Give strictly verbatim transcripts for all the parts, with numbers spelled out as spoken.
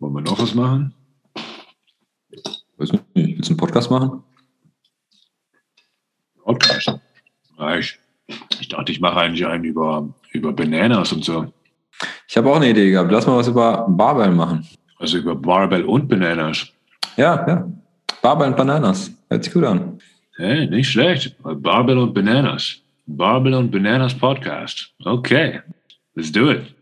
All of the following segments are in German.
Wollen wir noch was machen? Weiß nicht, willst du einen Podcast machen? Podcast? Ja, ich, ich dachte, ich mache eigentlich einen über, über Bananas und so. Ich habe auch eine Idee gehabt. Lass mal was über Barbell machen. Also über Barbell und Bananas. Ja, ja. Barbell und Bananas. Hört sich gut an. Hey, nicht schlecht. Barbell und Bananas. Barbell und Bananas Podcast. Okay, let's do it.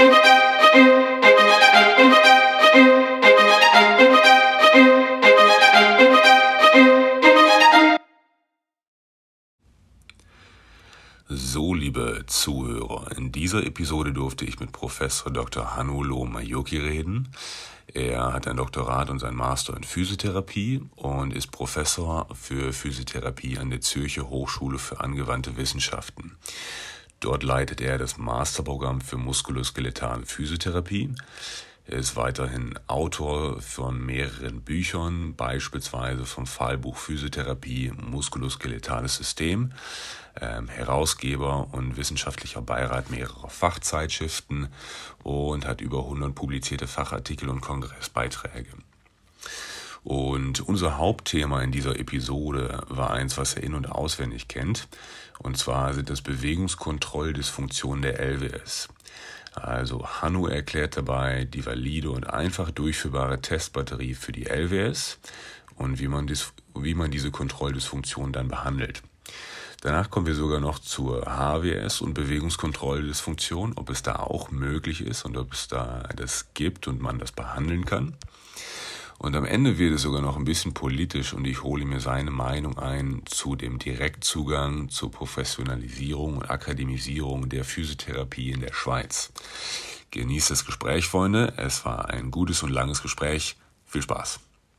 So, liebe Zuhörer, in dieser Episode durfte ich mit Professor Doktor Hannu Lohmajoki reden. Er hat ein Doktorat und sein Master in Physiotherapie und ist Professor für Physiotherapie an der Zürcher Hochschule für angewandte Wissenschaften. Dort leitet er das Masterprogramm für muskuloskeletale Physiotherapie. Er ist weiterhin Autor von mehreren Büchern, beispielsweise vom Fallbuch Physiotherapie Muskuloskeletales System, ähm, Herausgeber und wissenschaftlicher Beirat mehrerer Fachzeitschriften und hat über hundert publizierte Fachartikel und Kongressbeiträge. Und unser Hauptthema in dieser Episode war eins, was er in- und auswendig kennt, und zwar sind das Bewegungskontrolldysfunktionen der L W S. Also Hannu erklärt dabei die valide und einfach durchführbare Testbatterie für die L W S und wie man, dies, wie man diese Kontrolldysfunktion dann behandelt. Danach kommen wir sogar noch zur H W S und Bewegungskontrolldysfunktion, ob es da auch möglich ist und ob es da das gibt und man das behandeln kann. Und am Ende wird es sogar noch ein bisschen politisch und ich hole mir seine Meinung ein zu dem Direktzugang zur Professionalisierung und Akademisierung der Physiotherapie in der Schweiz. Genießt das Gespräch, Freunde. Es war ein gutes und langes Gespräch. Viel Spaß.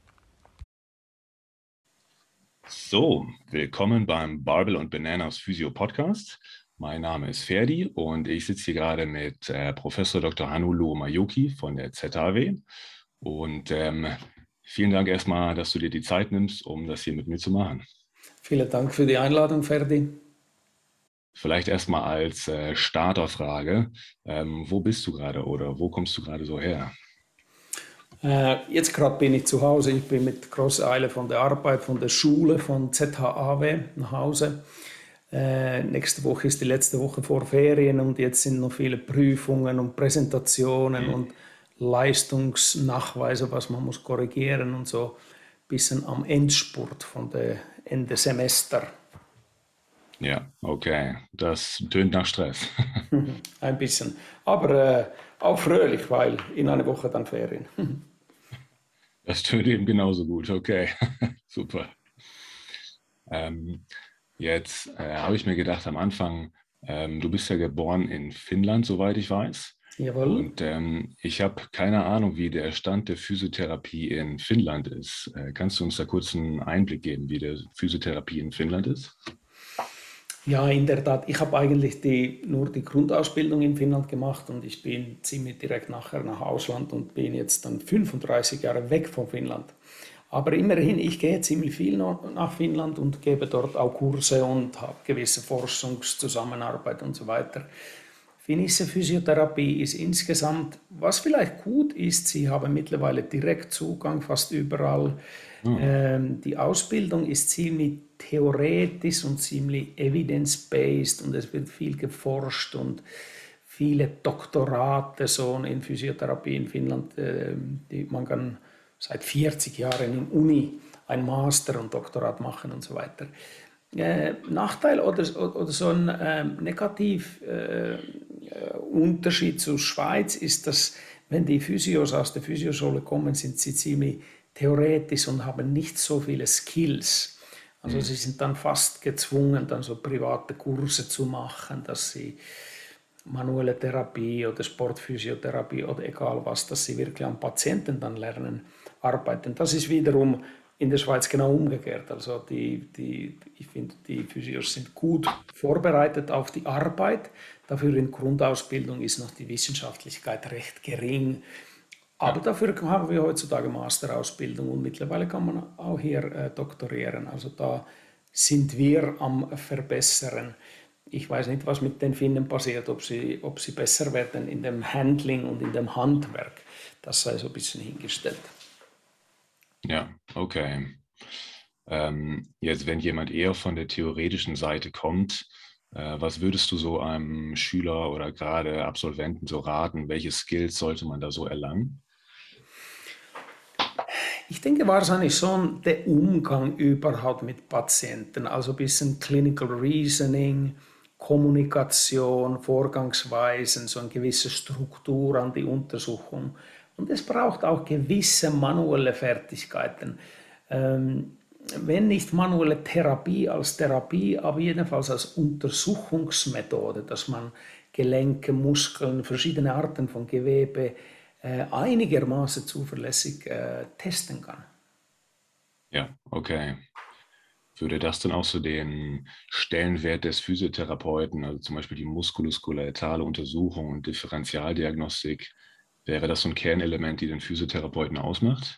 So, willkommen beim Barbell und Bananas Physio Podcast. Mein Name ist Ferdi und ich sitze hier gerade mit äh, Professor Doktor Hannu Lohmajoki von der Z H W. Und ähm, vielen Dank erstmal, dass du dir die Zeit nimmst, um das hier mit mir zu machen. Vielen Dank für die Einladung, Ferdi. Vielleicht erstmal als äh, Starterfrage, ähm, wo bist du gerade oder wo kommst du gerade so her? Äh, jetzt gerade bin ich zu Hause. Ich bin mit großer Eile von der Arbeit, von der Schule, von Z H A W nach Hause. Äh, nächste Woche ist die letzte Woche vor Ferien und jetzt sind noch viele Prüfungen und Präsentationen mhm. und Leistungsnachweise, was man muss korrigieren und so ein bisschen am Endspurt von der Ende Semester. Ja, okay. Das tönt nach Stress. Ein bisschen. Aber äh, auch fröhlich, weil in einer Woche dann Ferien. Das tönt eben genauso gut. Okay, super. Ähm, jetzt äh, habe ich mir gedacht am Anfang, ähm, du bist ja geboren in Finnland, soweit ich weiß. Jawohl. Und ähm, ich habe keine Ahnung, wie der Stand der Physiotherapie in Finnland ist. Äh, kannst du uns da kurz einen Einblick geben, wie der Physiotherapie in Finnland ist? Ja, in der Tat. Ich habe eigentlich die, nur die Grundausbildung in Finnland gemacht und ich bin ziemlich direkt nachher nach Ausland und bin jetzt dann fünfunddreißig Jahre weg von Finnland. Aber immerhin, ich gehe ziemlich viel nach Finnland und gebe dort auch Kurse und habe gewisse Forschungszusammenarbeit und so weiter. Finnische Physiotherapie ist insgesamt, was vielleicht gut ist, sie haben mittlerweile Direktzugang fast überall. Mhm. Ähm, die Ausbildung ist ziemlich theoretisch und ziemlich evidence-based und es wird viel geforscht und viele Doktorate so in Physiotherapie in Finnland, äh, die man kann seit vierzig Jahren in Uni ein Master und Doktorat machen und so weiter. Äh, Nachteil oder, oder so ein äh, negativ äh, Unterschied zur Schweiz ist, dass wenn die Physios aus der Physioschule kommen, sind sie ziemlich theoretisch und haben nicht so viele Skills. Also mhm. sie sind dann fast gezwungen, dann so private Kurse zu machen, dass sie manuelle Therapie oder Sportphysiotherapie oder egal was, dass sie wirklich am Patienten dann lernen, arbeiten. Das ist wiederum in der Schweiz genau umgekehrt. Also die, die, ich finde, die Physios sind gut vorbereitet auf die Arbeit. Dafür in Grundausbildung ist noch die Wissenschaftlichkeit recht gering. Aber dafür haben wir heutzutage Masterausbildung und mittlerweile kann man auch hier äh, doktorieren. Also da sind wir am Verbessern. Ich weiß nicht, was mit den Finnen passiert, ob sie, ob sie besser werden in dem Handling und in dem Handwerk. das sei so ein bisschen hingestellt. Ja, okay. Ähm, jetzt, wenn jemand eher von der theoretischen Seite kommt, äh, was würdest du so einem Schüler oder gerade Absolventen so raten? Welche Skills sollte man da so erlangen? Ich denke wahrscheinlich schon der Umgang überhaupt mit Patienten, also ein bisschen Clinical Reasoning, Kommunikation, Vorgangsweisen, so eine gewisse Struktur an die Untersuchung. Und es braucht auch gewisse manuelle Fertigkeiten. Ähm, wenn nicht manuelle Therapie als Therapie, aber jedenfalls als Untersuchungsmethode, dass man Gelenke, Muskeln, verschiedene Arten von Gewebe äh, einigermaßen zuverlässig äh, testen kann. Ja, okay. Würde das dann auch so den Stellenwert des Physiotherapeuten, also zum Beispiel die muskuloskeletale Untersuchung und Differentialdiagnostik, wäre das so ein Kernelement, die den Physiotherapeuten ausmacht?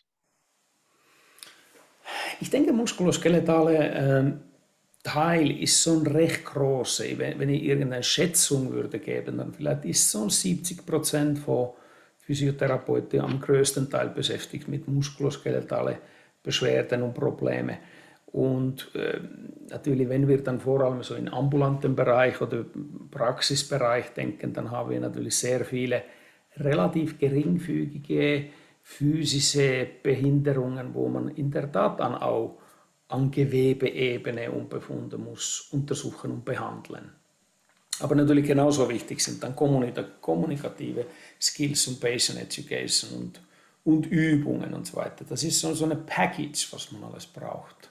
Ich denke, muskuloskeletale äh, Teil ist so ein recht groß. Wenn, wenn ich irgendeine Schätzung würde geben, dann vielleicht ist so siebzig Prozent von Physiotherapeuten am größten Teil beschäftigt mit muskuloskeletalen Beschwerden und Problemen. Und äh, natürlich, wenn wir dann vor allem so in ambulanten Bereich oder Praxisbereich denken, dann haben wir natürlich sehr viele relativ geringfügige physische Behinderungen, wo man in der Tat dann auch an Gewebeebene unbefunden muss untersuchen und behandeln. Aber natürlich genauso wichtig sind dann kommunikative Skills und Patient Education und, und Übungen und so weiter. Das ist so, so eine Package, was man alles braucht.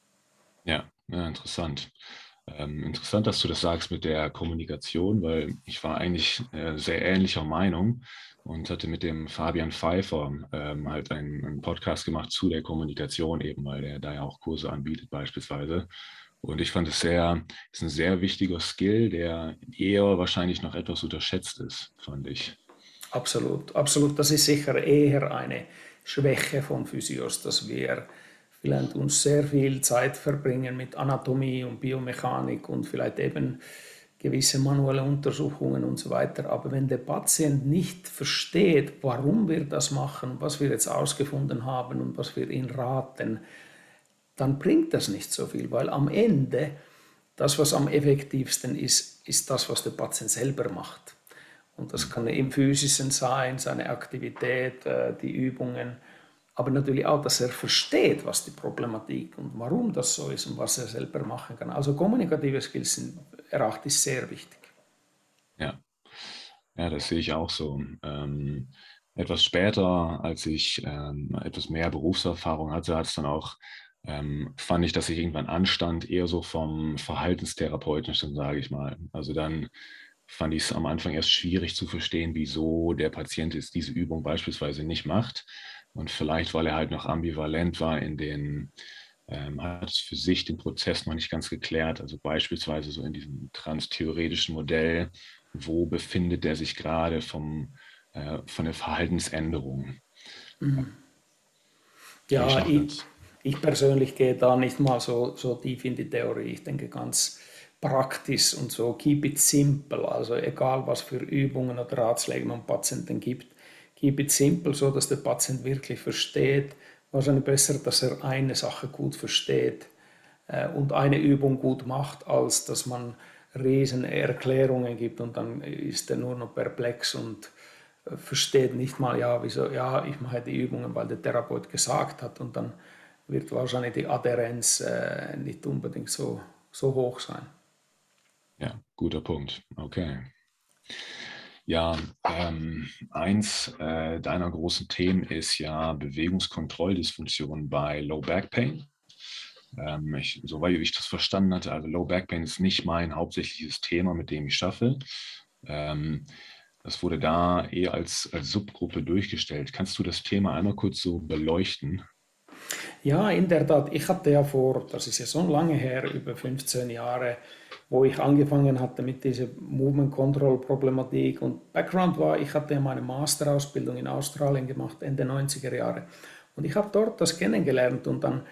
Ja, ja, interessant. Ähm, interessant, dass du das sagst mit der Kommunikation, weil ich war eigentlich äh, sehr ähnlicher Meinung und hatte mit dem Fabian Pfeiffer ähm, halt einen, einen Podcast gemacht zu der Kommunikation eben, weil der da ja auch Kurse anbietet beispielsweise. Und ich fand es sehr, ist ein sehr wichtiger Skill, der eher wahrscheinlich noch etwas unterschätzt ist, fand ich. Absolut, absolut. Das ist sicher eher eine Schwäche von Physios, dass wir vielleicht uns sehr viel Zeit verbringen mit Anatomie und Biomechanik und vielleicht eben gewisse manuelle Untersuchungen und so weiter. Aber wenn der Patient nicht versteht, warum wir das machen, was wir jetzt ausgefunden haben und was wir ihm raten, dann bringt das nicht so viel, weil am Ende das, was am effektivsten ist, ist das, was der Patient selber macht. Und das kann im Physischen sein, seine Aktivität, die Übungen, aber natürlich auch, dass er versteht, was die Problematik und warum das so ist und was er selber machen kann. Also kommunikative Skills sind, erachte ich, sehr wichtig. Ja, ja, das sehe ich auch so. Ähm, etwas später, als ich ähm, etwas mehr Berufserfahrung hatte, hat es dann auch, ähm, fand ich, dass ich irgendwann anstand, eher so vom Verhaltenstherapeutischen, sage ich mal. Also dann fand ich es am Anfang erst schwierig zu verstehen, wieso der Patient jetzt diese Übung beispielsweise nicht macht. Und vielleicht, weil er halt noch ambivalent war in den, ähm, hat für sich den Prozess noch nicht ganz geklärt. Also beispielsweise so in diesem transtheoretischen Modell, wo befindet er sich gerade vom, äh, von der Verhaltensänderung. Mhm. Ja, ich, ich persönlich gehe da nicht mal so, so tief in die Theorie. Ich denke ganz praktisch und so, keep it simple. Also egal, was für Übungen oder Ratschläge man Patienten gibt, keep it simple, so dass der Patient wirklich versteht. Wahrscheinlich besser, dass er eine Sache gut versteht äh, und eine Übung gut macht, als dass man riesen Erklärungen gibt und dann ist er nur noch perplex und äh, versteht nicht mal, ja, wieso, ja, ich mache die Übungen, weil der Therapeut gesagt hat, und dann wird wahrscheinlich die Adhärenz äh, nicht unbedingt so, so hoch sein. Ja, guter Punkt. Okay. Ja, ähm, eins äh, deiner großen Themen ist ja Bewegungskontrolldysfunktion bei Low Back Pain. Ähm, ich, soweit ich das verstanden hatte, also Low Back Pain ist nicht mein hauptsächliches Thema, mit dem ich schaffe. Ähm, das wurde da eher als, als Subgruppe durchgestellt. Kannst du das Thema einmal kurz so beleuchten? Ja, in der Tat. Ich hatte ja vor, das ist ja so lange her, über fünfzehn Jahre, wo ich angefangen hatte mit dieser Movement Control Problematik. Und Background war, ich hatte ja meine Masterausbildung in Australien gemacht, Ende neunziger Jahre. Und ich habe dort das kennengelernt und dann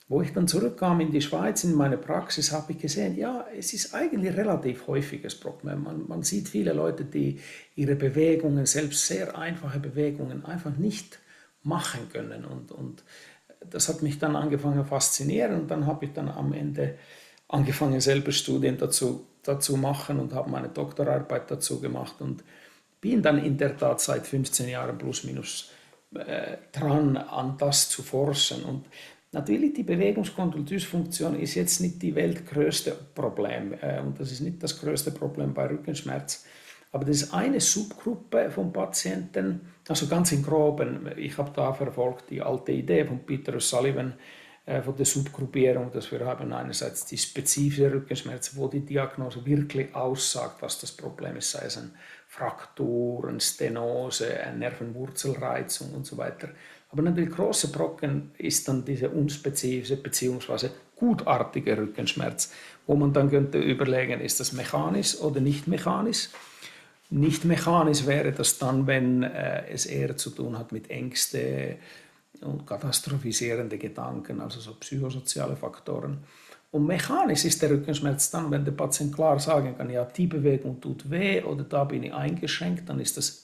Wo ich dann zurückkam in die Schweiz, in meine Praxis, habe ich gesehen, ja, es ist eigentlich relativ häufiges Problem. Man, man sieht viele Leute, die ihre Bewegungen, selbst sehr einfache Bewegungen, einfach nicht machen können. Und, und das hat mich dann angefangen zu faszinieren. Und dann habe ich dann am Ende angefangen, selber Studien dazu dazu machen und habe meine Doktorarbeit dazu gemacht und bin dann in der Tat seit fünfzehn Jahren plus minus äh, dran, an das zu forschen. Und natürlich, die Bewegungskontroll-Dysfunktion ist jetzt nicht die weltgrößte Problem äh, und das ist nicht das größte Problem bei Rückenschmerz, aber das ist eine Subgruppe von Patienten, also ganz im Groben. Ich habe da verfolgt die alte Idee von Peter O'Sullivan, von der Subgruppierung, dass wir haben einerseits die spezifische Rückenschmerzen, wo die Diagnose wirklich aussagt, was das Problem ist, sei es eine Fraktur, eine Stenose, eine Nervenwurzelreizung und so weiter. Aber natürlich große Brocken ist dann diese unspezifische bzw. gutartige Rückenschmerz, wo man dann könnte überlegen, ist das mechanisch oder nicht mechanisch. Nicht mechanisch wäre das dann, wenn äh, es eher zu tun hat mit Ängste und katastrophisierende Gedanken, also so psychosoziale Faktoren. Und mechanisch ist der Rückenschmerz dann, wenn der Patient klar sagen kann, ja, die Bewegung tut weh oder da bin ich eingeschränkt, dann ist das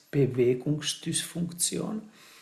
Bewegungsdysfunktion.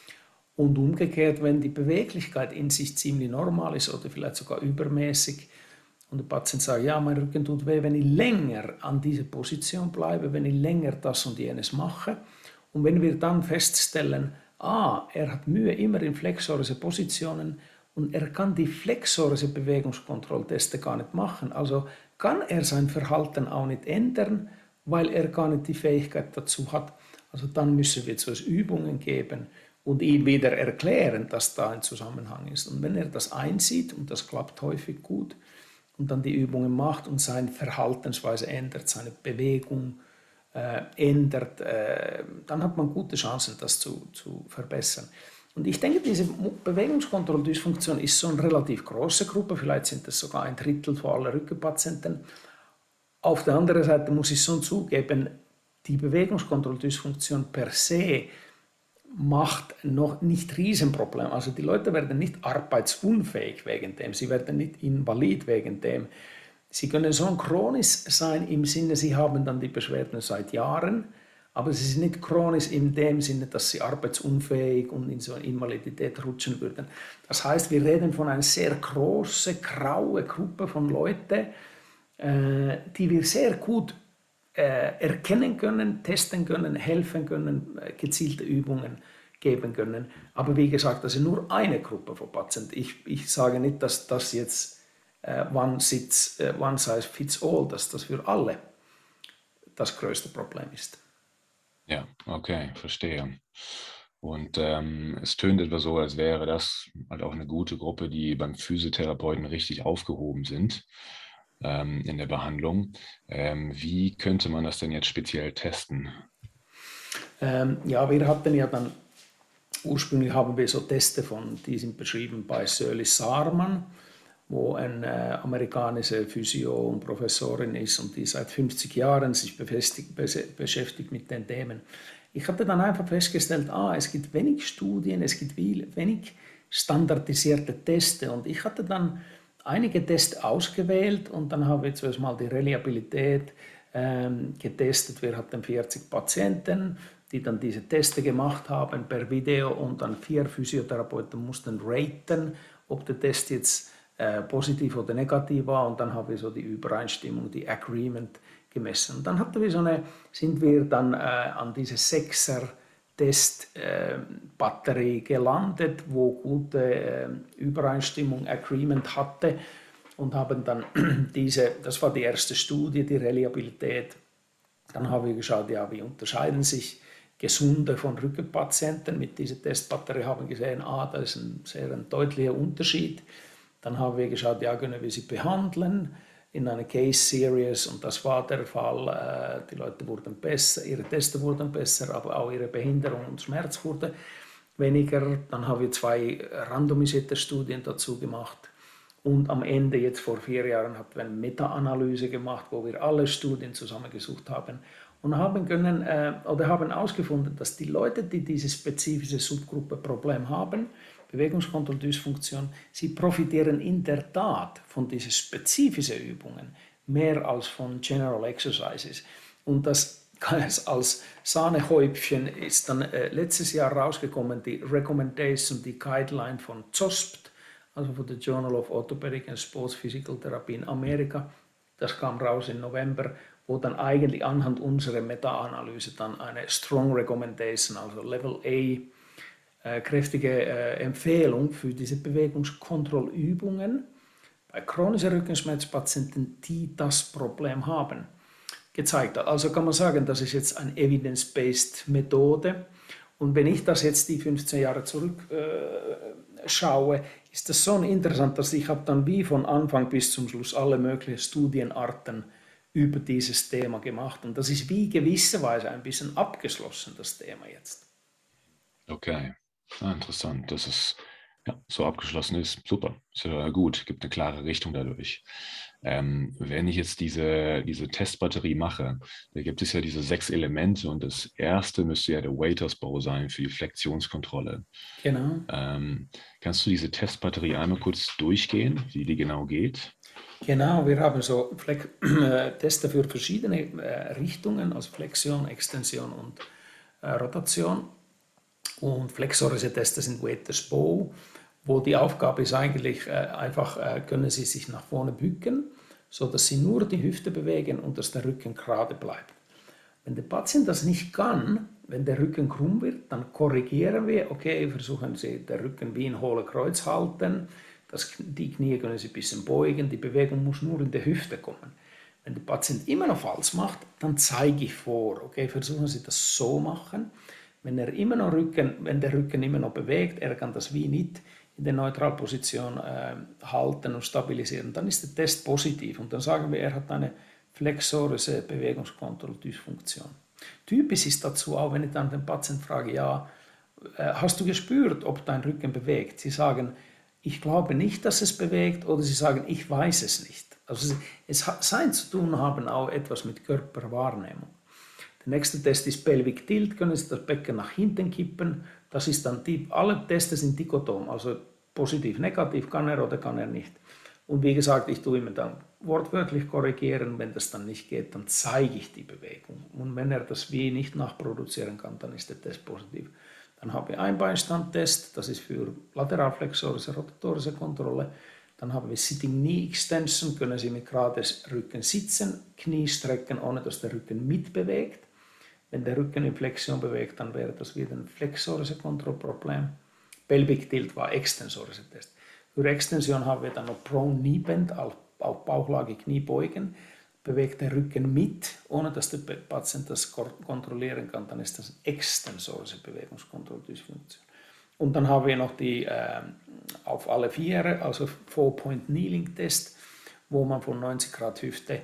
Und umgekehrt, wenn die Beweglichkeit in sich ziemlich normal ist oder vielleicht sogar übermäßig und der Patient sagt, ja, mein Rücken tut weh, wenn ich länger an dieser Position bleibe, wenn ich länger das und jenes mache. Und wenn wir dann feststellen, ah, er hat Mühe immer in flexorische Positionen und er kann die flexorische Bewegungskontrollteste gar nicht machen. Also kann er sein Verhalten auch nicht ändern, weil er gar nicht die Fähigkeit dazu hat. Also dann müssen wir zuerst Übungen geben und ihm wieder erklären, dass da ein Zusammenhang ist. Und wenn er das einsieht, und das klappt häufig gut, und dann die Übungen macht und seine Verhaltensweise ändert, seine Bewegung äh, ändert, äh, dann hat man gute Chancen, das zu, zu verbessern. Und ich denke, diese Bewegungskontrolldysfunktion ist so eine relativ große Gruppe, vielleicht sind das sogar ein Drittel von aller Rückenpatienten. Auf der anderen Seite muss ich schon zugeben, die Bewegungskontrolldysfunktion per se macht noch nicht Riesenproblem. Also die Leute werden nicht arbeitsunfähig wegen dem, sie werden nicht invalid wegen dem. Sie können schon chronisch sein im Sinne, sie haben dann die Beschwerden seit Jahren, aber sie sind nicht chronisch in dem Sinne, dass sie arbeitsunfähig und in so eine Invalidität rutschen würden. Das heißt, wir reden von einer sehr großen, graue Gruppe von Leuten, äh, die wir sehr gut äh, erkennen können, testen können, helfen können, äh, gezielte Übungen geben können. Aber wie gesagt, das ist nur eine Gruppe von Patienten. Ich, ich sage nicht, dass das jetzt äh, one, sits, äh, one size fits all, dass das für alle das größte Problem ist. Ja, okay, verstehe. Und ähm, es tönt etwa so, als wäre das halt auch eine gute Gruppe, die beim Physiotherapeuten richtig aufgehoben sind ähm, in der Behandlung. Ähm, wie könnte man das denn jetzt speziell testen? Ähm, ja, wir hatten ja dann, ursprünglich haben wir so Teste von, die sind beschrieben bei Shirley Sahrmann, wo eine amerikanische Physio und Professorin ist und die seit fünfzig Jahren sich beschäftigt mit den Themen. Ich hatte dann einfach festgestellt, ah, es gibt wenig Studien, es gibt wenig standardisierte Teste und ich hatte dann einige Tests ausgewählt und dann haben wir zuerst mal die Reliabilität ähm, getestet. Wir hatten vierzig Patienten, die dann diese Teste gemacht haben per Video und dann vier Physiotherapeuten mussten raten, ob der Test jetzt Äh, positiv oder negativ war und dann haben wir so die Übereinstimmung, die Agreement gemessen. Und dann hatten wir so eine, sind wir dann äh, an diese Sechser-Test-Batterie äh, gelandet, wo gute äh, Übereinstimmung, Agreement hatte und haben dann diese, das war die erste Studie, die Reliabilität. Dann haben wir geschaut, ja, wie unterscheiden sich Gesunde von Rückenpatienten mit dieser Testbatterie, haben gesehen, ah, da ist ein sehr ein deutlicher Unterschied. Dann haben wir geschaut, ja, können wir sie behandeln in einer Case Series und das war der Fall. Die Leute wurden besser, ihre Teste wurden besser, aber auch ihre Behinderung und Schmerz wurde weniger. Dann haben wir zwei randomisierte Studien dazu gemacht und am Ende, jetzt vor vier Jahren, haben wir eine Meta-Analyse gemacht, wo wir alle Studien zusammengesucht haben und haben können äh, oder haben ausgefunden, dass die Leute, die diese spezifische Subgruppe Problem haben, Bewegungskontrolldysfunktion, sie profitieren in der Tat von diesen spezifischen Übungen mehr als von General Exercises. Und das als Sahnehäubchen ist dann äh, letztes Jahr rausgekommen, die Recommendation, die Guideline von Z O S P T, also von der Journal of Orthopedic and Sports Physical Therapy in Amerika. Das kam raus im November, wo dann eigentlich anhand unserer Meta-Analyse dann eine Strong Recommendation, also Level A, äh, kräftige äh, Empfehlung für diese Bewegungskontrollübungen bei chronischen Rückenschmerzpatienten, die das Problem haben, gezeigt hat. Also kann man sagen, das ist jetzt eine evidence-based Methode. Und wenn ich das jetzt die fünfzehn Jahre zurück äh, schaue, ist das so interessant, dass ich habe dann wie von Anfang bis zum Schluss alle möglichen Studienarten über dieses Thema gemacht. Und das ist wie gewisserweise ein bisschen abgeschlossen, das Thema jetzt. Okay, ah, interessant, dass es ja, so abgeschlossen ist. Super, ist ja gut, gibt eine klare Richtung dadurch. Ähm, wenn ich jetzt diese, diese Testbatterie mache, da gibt es ja diese sechs Elemente und das erste müsste ja der Waiters-Bow sein für die Flexionskontrolle. Genau. Ähm, kannst du diese Testbatterie einmal kurz durchgehen, wie die genau geht? Genau, wir haben so Flex äh, Teste für verschiedene äh, Richtungen, also Flexion, Extension und äh, Rotation. Und flexorische Teste sind Waiters-Bow, wo die Aufgabe ist eigentlich äh, einfach, äh, können Sie sich nach vorne bücken, sodass Sie nur die Hüfte bewegen und dass der Rücken gerade bleibt. Wenn der Patient das nicht kann, wenn der Rücken krumm wird, dann korrigieren wir, okay, versuchen Sie den Rücken wie ein hohles Kreuz halten, das, die Knie können Sie ein bisschen beugen, die Bewegung muss nur in der Hüfte kommen. Wenn der Patient immer noch falsch macht, dann zeige ich vor, okay, versuchen Sie das so machen. Wenn, er immer noch Rücken, wenn der Rücken immer noch bewegt, er kann das wie nicht in der Neutralposition äh, halten und stabilisieren, dann ist der Test positiv und dann sagen wir, er hat eine flexorische Bewegungskontrolldysfunktion. Typisch ist dazu auch, wenn ich dann den Patienten frage, ja, äh, hast du gespürt, ob dein Rücken bewegt? Sie sagen, ich glaube nicht, dass es bewegt, oder sie sagen, ich weiß es nicht. Also es scheint zu tun haben auch etwas mit Körperwahrnehmung. Der nächste Test ist Pelvic Tilt, können Sie das Becken nach hinten kippen. Das ist dann die, alle Tests sind dichotom, also positiv, negativ, kann er oder kann er nicht. Und wie gesagt, ich tue immer dann wortwörtlich korrigieren, wenn das dann nicht geht, dann zeige ich die Bewegung. Und wenn er das wie nicht nachproduzieren kann, dann ist der Test positiv. Dann haben wir Einbeinstandtest, das ist für lateralflexorische, rotatorische Kontrolle. Dann haben wir Sitting Knee Extension, können Sie mit gerades Rücken sitzen, Knie strecken, ohne dass der Rücken mitbewegt. Wenn der Rücken in Flexion bewegt, dann wäre das wieder ein flexorisches Kontrollproblem. Pelvic Tilt war extensorischer Test. Für Extension haben wir dann noch Prone Knee Bend, auf Bauchlage Knie beugen, bewegt den Rücken mit, ohne dass der Patient das kontrollieren kann, dann ist das eine extensorische Bewegungskontrolldysfunktion. Und dann haben wir noch die äh, auf alle Viere, also Four-Point-Kneeling-Test, wo man von neunzig Grad Hüfte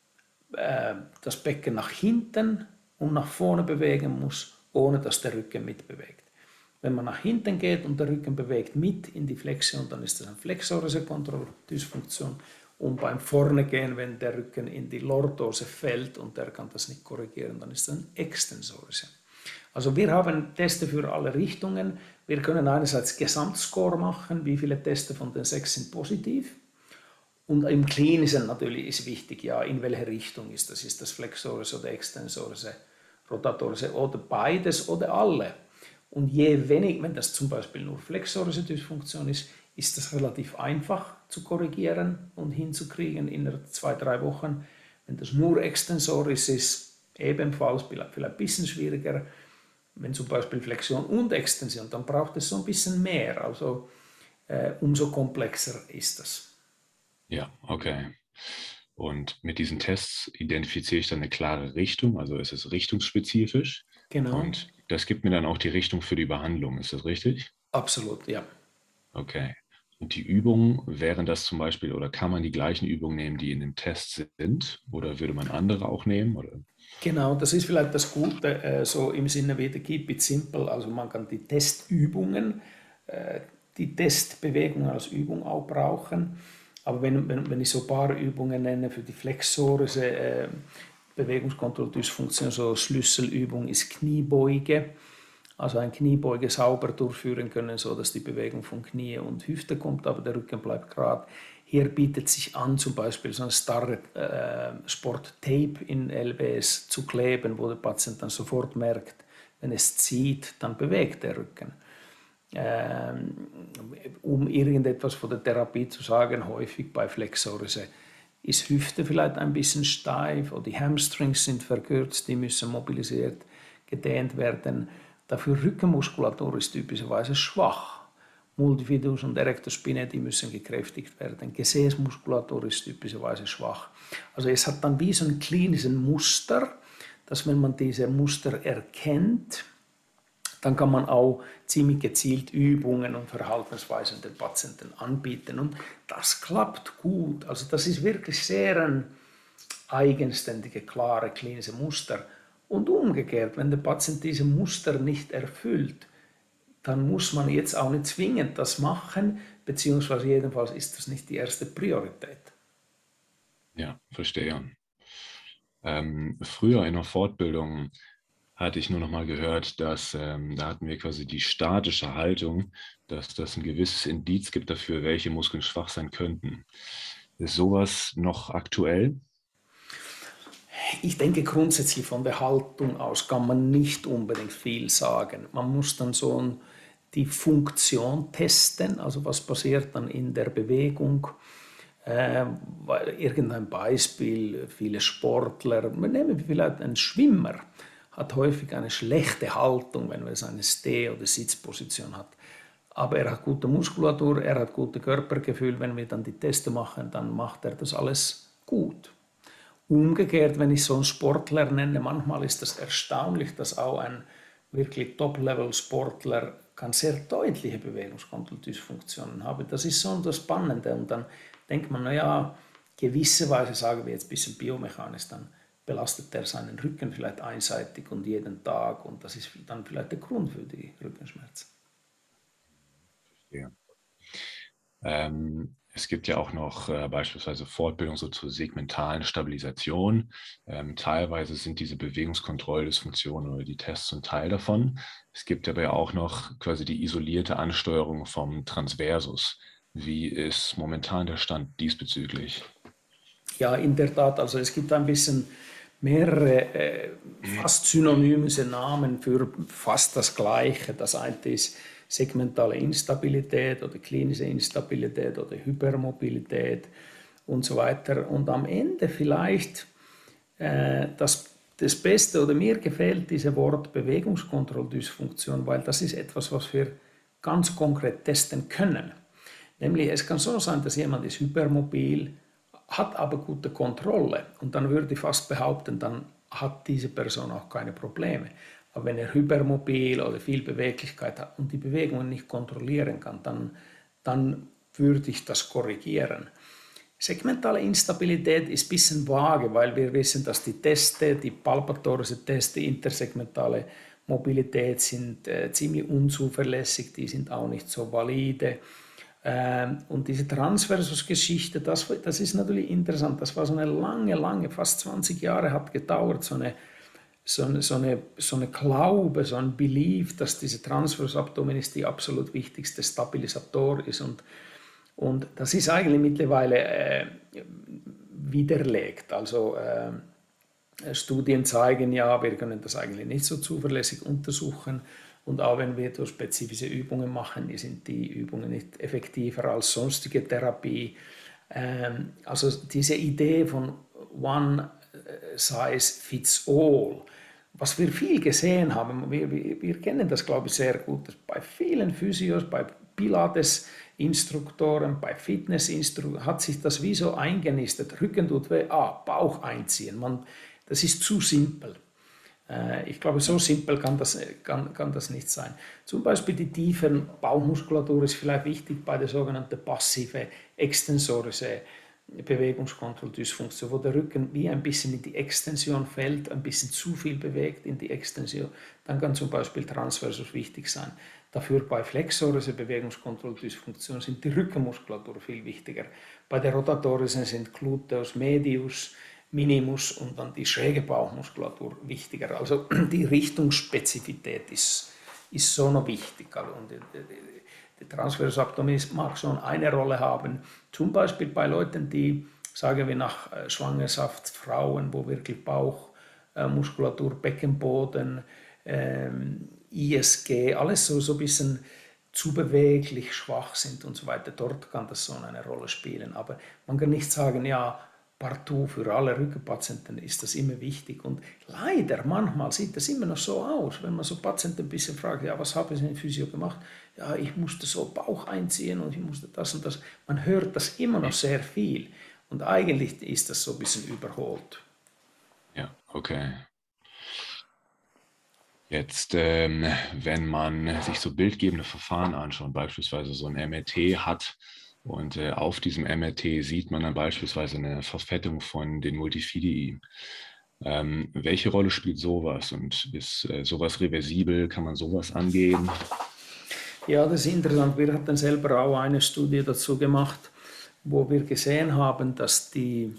äh, das Becken nach hinten und nach vorne bewegen muss, ohne dass der Rücken mitbewegt. Wenn man nach hinten geht und der Rücken bewegt mit in die Flexion, dann ist das eine flexorische Kontrolldysfunktion. Und beim Vorne gehen, wenn der Rücken in die Lordose fällt und der kann das nicht korrigieren, dann ist das eine extensorische. Also wir haben Teste für alle Richtungen. Wir können einerseits Gesamtscore machen, wie viele Teste von den sechs sind positiv. Und im Klinischen natürlich ist wichtig, ja, in welche Richtung ist das? Ist das flexorische oder extensorische, rotatorische oder beides oder alle? Und je weniger, wenn das zum Beispiel nur flexorische Dysfunktion ist, ist das relativ einfach zu korrigieren und hinzukriegen in zwei, drei Wochen. Wenn das nur extensorisch ist, ebenfalls vielleicht ein bisschen schwieriger. Wenn zum Beispiel Flexion und Extension, dann braucht es so ein bisschen mehr. Also äh, umso komplexer ist das. Ja, okay. Und mit diesen Tests identifiziere ich dann eine klare Richtung, also es ist richtungsspezifisch. Genau. Und das gibt mir dann auch die Richtung für die Behandlung, ist das richtig? Absolut, ja. Okay. Und die Übungen, wären das zum Beispiel, oder kann man die gleichen Übungen nehmen, die in dem Test sind? Oder würde man andere auch nehmen? Oder? Genau, das ist vielleicht das Gute, äh, so im Sinne wie Keep it simple. Also man kann die Testübungen, äh, die Testbewegungen als Übung auch brauchen. Aber wenn, wenn, wenn ich so ein paar Übungen nenne für die flexorische äh, Bewegungskontrolldysfunktion, so Schlüsselübung ist Kniebeuge. Also ein Kniebeuge sauber durchführen können, so dass die Bewegung von Knie und Hüfte kommt, aber der Rücken bleibt gerade. Hier bietet sich an, zum Beispiel so ein Star-Sport-Tape in L B S zu kleben, wo der Patient dann sofort merkt, wenn es zieht, dann bewegt der Rücken. Ähm, um irgendetwas von der Therapie zu sagen, häufig bei Flexorse ist Hüfte vielleicht ein bisschen steif oder die Hamstrings sind verkürzt, die müssen mobilisiert, gedehnt werden. Dafür Rückenmuskulatur ist typischerweise schwach. Multifidus und Erector spinae, die müssen gekräftigt werden. Gesäßmuskulatur ist typischerweise schwach. Also es hat dann wie so ein klinisches Muster, dass wenn man diese Muster erkennt, dann kann man auch ziemlich gezielt Übungen und Verhaltensweisen den Patienten anbieten. Und das klappt gut. Also das ist wirklich sehr ein eigenständige, klare klinische Muster. Und umgekehrt, wenn der Patient diese Muster nicht erfüllt, dann muss man jetzt auch nicht zwingend das machen, beziehungsweise jedenfalls ist das nicht die erste Priorität. Ja, verstehe. Ähm, früher in der Fortbildung hatte ich nur noch mal gehört, dass ähm, da hatten wir quasi die statische Haltung, dass das ein gewisses Indiz gibt dafür, welche Muskeln schwach sein könnten. Ist sowas noch aktuell? Ich denke, grundsätzlich von der Haltung aus kann man nicht unbedingt viel sagen. Man muss dann so die Funktion testen, also was passiert dann in der Bewegung. Äh, irgendein Beispiel, viele Sportler, wir nehmen vielleicht einen Schwimmer, hat häufig eine schlechte Haltung, wenn er eine Steh- oder Sitzposition hat. Aber er hat gute Muskulatur, er hat gutes Körpergefühl. Wenn wir dann die Teste machen, dann macht er das alles gut. Umgekehrt, wenn ich so einen Sportler nenne, manchmal ist das erstaunlich, dass auch ein wirklich Top-Level-Sportler kann sehr deutliche Bewegungskontrolldysfunktionen haben. Das ist so das Spannende. Und dann denkt man, naja, gewisserweise sagen wir jetzt ein bisschen biomechanisch, dann belastet er seinen Rücken vielleicht einseitig und jeden Tag und das ist dann vielleicht der Grund für die Rückenschmerzen. Ja. Ähm, es gibt ja auch noch äh, beispielsweise Fortbildung so zur segmentalen Stabilisation. Ähm, teilweise sind diese Bewegungskontrolldysfunktionen oder die Tests ein Teil davon. Es gibt aber ja auch noch quasi die isolierte Ansteuerung vom Transversus. Wie ist momentan der Stand diesbezüglich? Ja, in der Tat, also es gibt ein bisschen mehrere äh, fast synonyme Namen für fast das Gleiche. Das eine ist segmentale Instabilität oder klinische Instabilität oder Hypermobilität und so weiter. Und am Ende vielleicht äh, das, das Beste, oder mir gefällt dieses Wort Bewegungskontrolldysfunktion, weil das ist etwas, was wir ganz konkret testen können. Nämlich es kann so sein, dass jemand ist hypermobil, hat aber gute Kontrolle und dann würde ich fast behaupten, dann hat diese Person auch keine Probleme. Aber wenn er hypermobil oder viel Beweglichkeit hat und die Bewegungen nicht kontrollieren kann, dann, dann würde ich das korrigieren. Segmentale Instabilität ist ein bisschen vage, weil wir wissen, dass die Teste, die palpatorische Teste, die intersegmentale Mobilität sind äh, ziemlich unzuverlässig, die sind auch nicht so valide. Und diese Transversus-Geschichte, das, das ist natürlich interessant. Das war so eine lange, lange, fast zwanzig Jahre hat gedauert, so eine, so eine, so eine, so eine Glaube, so ein Belief, dass diese Transversus-Abdominis die absolut wichtigste Stabilisator ist. Und, und das ist eigentlich mittlerweile äh, widerlegt. Also äh, Studien zeigen ja, wir können das eigentlich nicht so zuverlässig untersuchen. Und auch wenn wir so spezifische Übungen machen, sind die Übungen nicht effektiver als sonstige Therapie. Ähm, also diese Idee von One Size Fits All, was wir viel gesehen haben, wir, wir, wir kennen das, glaube ich, sehr gut, bei vielen Physios, bei Pilates-Instruktoren, bei Fitness-Instruktoren hat sich das wie so eingenistet. Rücken tut weh, ah, Bauch einziehen. Man, das ist zu simpel. Ich glaube, so simpel kann das, kann, kann das nicht sein. Zum Beispiel die tiefen Bauchmuskulatur ist vielleicht wichtig bei der sogenannten passive extensorische Bewegungskontrolldysfunktion, wo der Rücken wie ein bisschen in die Extension fällt, ein bisschen zu viel bewegt in die Extension. Dann kann zum Beispiel Transversus wichtig sein. Dafür bei flexorischer Bewegungskontrolldysfunktion sind die Rückenmuskulatur viel wichtiger. Bei der rotatorischen sind Gluteus medius, Minimus und dann die schräge Bauchmuskulatur wichtiger. Also die Richtungsspezifität ist, ist so noch wichtig. Und der Transversus Abdominis mag schon eine Rolle haben, zum Beispiel bei Leuten, die, sagen wir nach Schwangerschaftsfrauen, wo wirklich Bauchmuskulatur, Beckenboden, ähm, I S G, alles so, so ein bisschen zu beweglich, schwach sind und so weiter. Dort kann das so eine Rolle spielen. Aber man kann nicht sagen, ja, partout für alle Rückenpatienten ist das immer wichtig. Und leider, manchmal sieht das immer noch so aus, wenn man so Patienten ein bisschen fragt, ja, was haben Sie in Physio gemacht? Ja, ich musste so Bauch einziehen und ich musste das und das. Man hört das immer noch sehr viel. Und eigentlich ist das so ein bisschen überholt. Ja, okay. Jetzt, ähm, wenn man sich so bildgebende Verfahren anschaut, beispielsweise so ein M R T hat und äh, auf diesem M R T sieht man dann beispielsweise eine Verfettung von den Multifidii. Ähm, welche Rolle spielt sowas und ist äh, sowas reversibel? Kann man sowas angehen? Ja, das ist interessant. Wir hatten selber auch eine Studie dazu gemacht, wo wir gesehen haben, dass die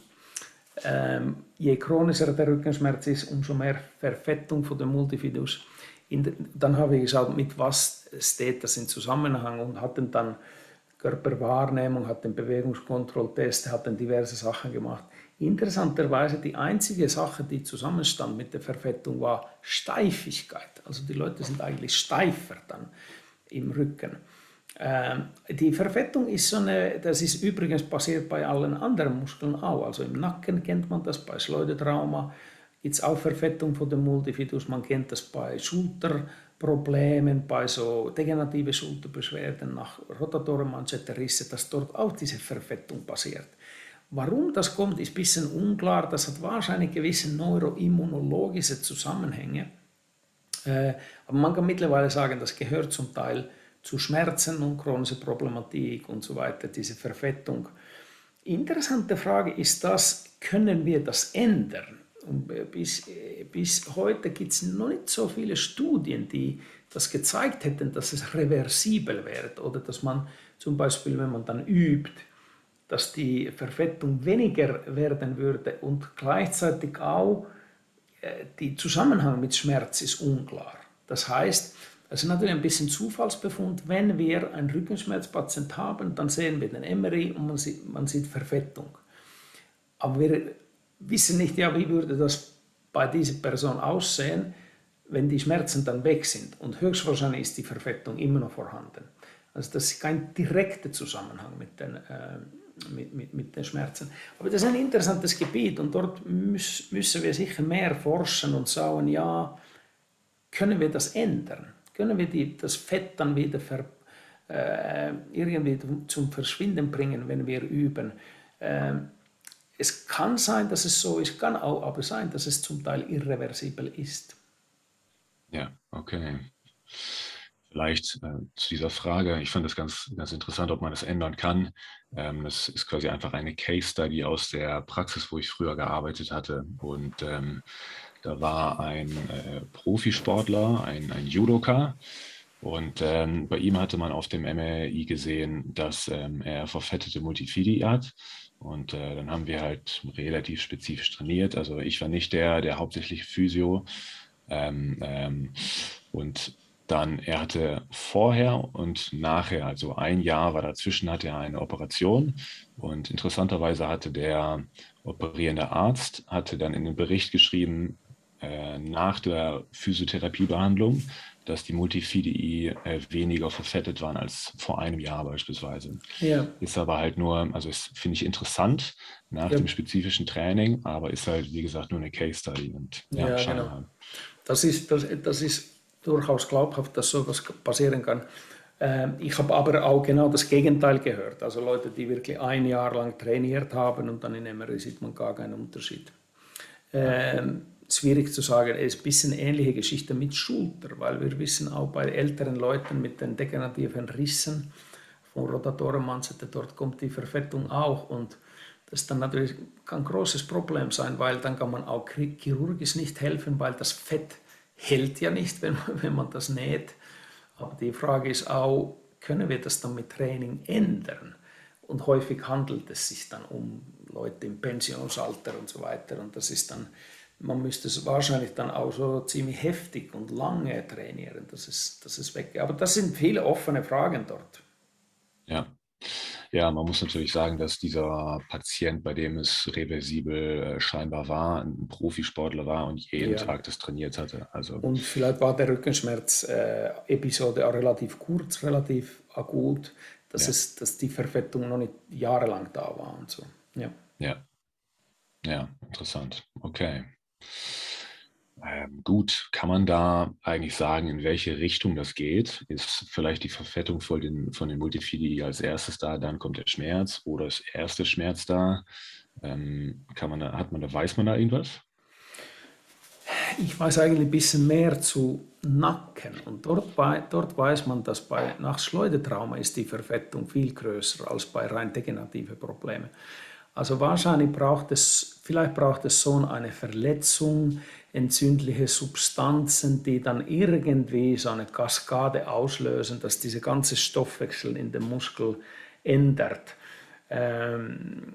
Ähm, je chronischer der Rückenschmerz ist, umso mehr Verfettung von dem Multifidus. De, dann habe ich geschaut, mit was steht das in Zusammenhang und hatten dann Körperwahrnehmung, hatten Bewegungskontrolltest, hatten diverse Sachen gemacht. Interessanterweise die einzige Sache, die zusammenstand mit der Verfettung, war Steifigkeit. Also die Leute sind eigentlich steifer dann im Rücken. Ähm, die Verfettung ist so eine, das ist übrigens passiert bei allen anderen Muskeln auch. Also im Nacken kennt man das, bei Schleudertrauma gibt es auch Verfettung von dem Multifidus. Man kennt das bei Schulterproblemen, bei so degenerative Schulterbeschwerden nach Rotatorenmanschettenrisse, dass dort auch diese Verfettung passiert. Warum das kommt, ist ein bisschen unklar. Das hat wahrscheinlich gewisse neuroimmunologische Zusammenhänge. Äh, aber man kann mittlerweile sagen, das gehört zum Teil zu Schmerzen und chronische Problematik und so weiter, diese Verfettung. Interessante Frage ist das, können wir das ändern? Und bis, bis heute gibt es noch nicht so viele Studien, die das gezeigt hätten, dass es reversibel wäre oder dass man zum Beispiel, wenn man dann übt, dass die Verfettung weniger werden würde und gleichzeitig auch äh, der Zusammenhang mit Schmerz ist unklar. Das heißt, das ist natürlich ein bisschen Zufallsbefund. Wenn wir einen Rückenschmerzpatient haben, dann sehen wir den M R I und man sieht, man sieht Verfettung. Aber wir wissen nicht, ja, wie würde das bei dieser Person aussehen, wenn die Schmerzen dann weg sind. Und höchstwahrscheinlich ist die Verfettung immer noch vorhanden. Also das ist kein direkter Zusammenhang mit den, äh, mit, mit, mit den Schmerzen. Aber das ist ein interessantes Gebiet und dort müß, müssen wir sicher mehr forschen und sagen, ja, können wir das ändern? Können wir die, das Fett dann wieder ver, äh, irgendwie zum Verschwinden bringen, wenn wir üben? Äh, es kann sein, dass es so ist, kann auch aber sein, dass es zum Teil irreversibel ist. Ja, okay. Vielleicht äh, zu dieser Frage, ich fand das ganz, ganz interessant, ob man das ändern kann. Ähm, das ist quasi einfach eine Case Study aus der Praxis, wo ich früher gearbeitet hatte. Und ähm, da war ein äh, Profisportler, ein, ein Judoka. Und ähm, bei ihm hatte man auf dem M R I gesehen, dass ähm, er verfettete Multifidi hat. Und äh, dann haben wir halt relativ spezifisch trainiert. Also ich war nicht der, der hauptsächliche Physio. Ähm, ähm, und dann, er hatte vorher und nachher, also ein Jahr war dazwischen, hatte er eine Operation. Und interessanterweise hatte der operierende Arzt, hatte dann in den Bericht geschrieben, äh, nach der Physiotherapiebehandlung, dass die Multifidi äh, weniger verfettet waren als vor einem Jahr beispielsweise. Ja. Ist aber halt nur, also das finde ich interessant nach Ja. dem spezifischen Training, aber ist halt, wie gesagt, nur eine Case Study. Und ja, Ja, schauen wir genau. mal. Das ist, das, das ist durchaus glaubhaft, dass sowas passieren kann. Ähm, ich habe aber auch genau das Gegenteil gehört. Also Leute, die wirklich ein Jahr lang trainiert haben und dann in M R I sieht man gar keinen Unterschied. Ähm, schwierig zu sagen, es ist ein bisschen ähnliche Geschichte mit Schulter, weil wir wissen auch bei älteren Leuten mit den degenerativen Rissen von Rotatorenmanschette, dort kommt die Verfettung auch und das dann natürlich kann ein großes Problem sein, weil dann kann man auch chirurgisch nicht helfen, weil das Fett hält ja nicht, wenn man, wenn man das näht. Aber die Frage ist auch, können wir das dann mit Training ändern? Und häufig handelt es sich dann um Leute im Pensionsalter und so weiter. Und das ist dann, man müsste es wahrscheinlich dann auch so ziemlich heftig und lange trainieren, dass es, dass es weggeht. Aber das sind viele offene Fragen dort. Ja. Ja, man muss natürlich sagen, dass dieser Patient, bei dem es reversibel äh, scheinbar war, ein Profisportler war und jeden Ja. Tag das trainiert hatte. Also, Und vielleicht war der Rückenschmerz-Episode auch relativ kurz, relativ akut, dass, ja, es, dass die Verfettung noch nicht jahrelang da war und so. Ja. ja, ja, interessant. Okay. Ähm, gut, kann man da eigentlich sagen, in welche Richtung das geht? Ist vielleicht die Verfettung von den, von den Multifidi als erstes da, dann kommt der Schmerz oder ist erst der Schmerz da? Ähm, kann man da, hat man da, weiß man da irgendwas? Ich weiß eigentlich ein bisschen mehr zu Nacken und dort, bei, dort weiß man, dass bei, nach Schleudertrauma ist die Verfettung viel größer als bei rein degenerative Problemen. Also wahrscheinlich braucht es, vielleicht braucht es so eine Verletzung, entzündliche Substanzen, die dann irgendwie so eine Kaskade auslösen, dass diese ganze Stoffwechsel in dem Muskel ändert. Ähm,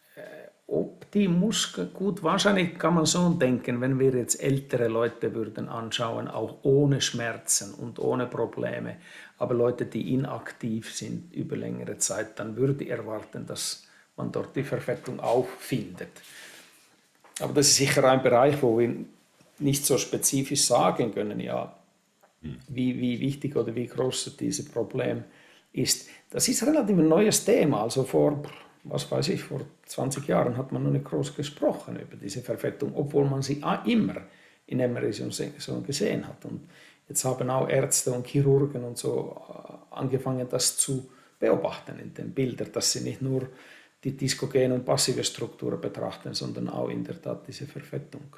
Ob die Muskeln, gut, wahrscheinlich kann man so denken, wenn wir jetzt ältere Leute würden anschauen, auch ohne Schmerzen und ohne Probleme, aber Leute, die inaktiv sind über längere Zeit, dann würde ich erwarten, dass man dort die Verfettung auch findet. Aber das ist sicher ein Bereich, wo wir nicht so spezifisch sagen können, ja, wie, wie wichtig oder wie groß dieses Problem ist. Das ist relativ ein neues Thema, also vor, was weiß ich, vor zwanzig Jahren hat man noch nicht groß gesprochen über diese Verfettung, obwohl man sie immer in M R Is so gesehen hat. Und jetzt haben auch Ärzte und Chirurgen und so angefangen, das zu beobachten in den Bildern, dass sie nicht nur die diskogene und passive Struktur betrachten, sondern auch in der Tat diese Verfettung.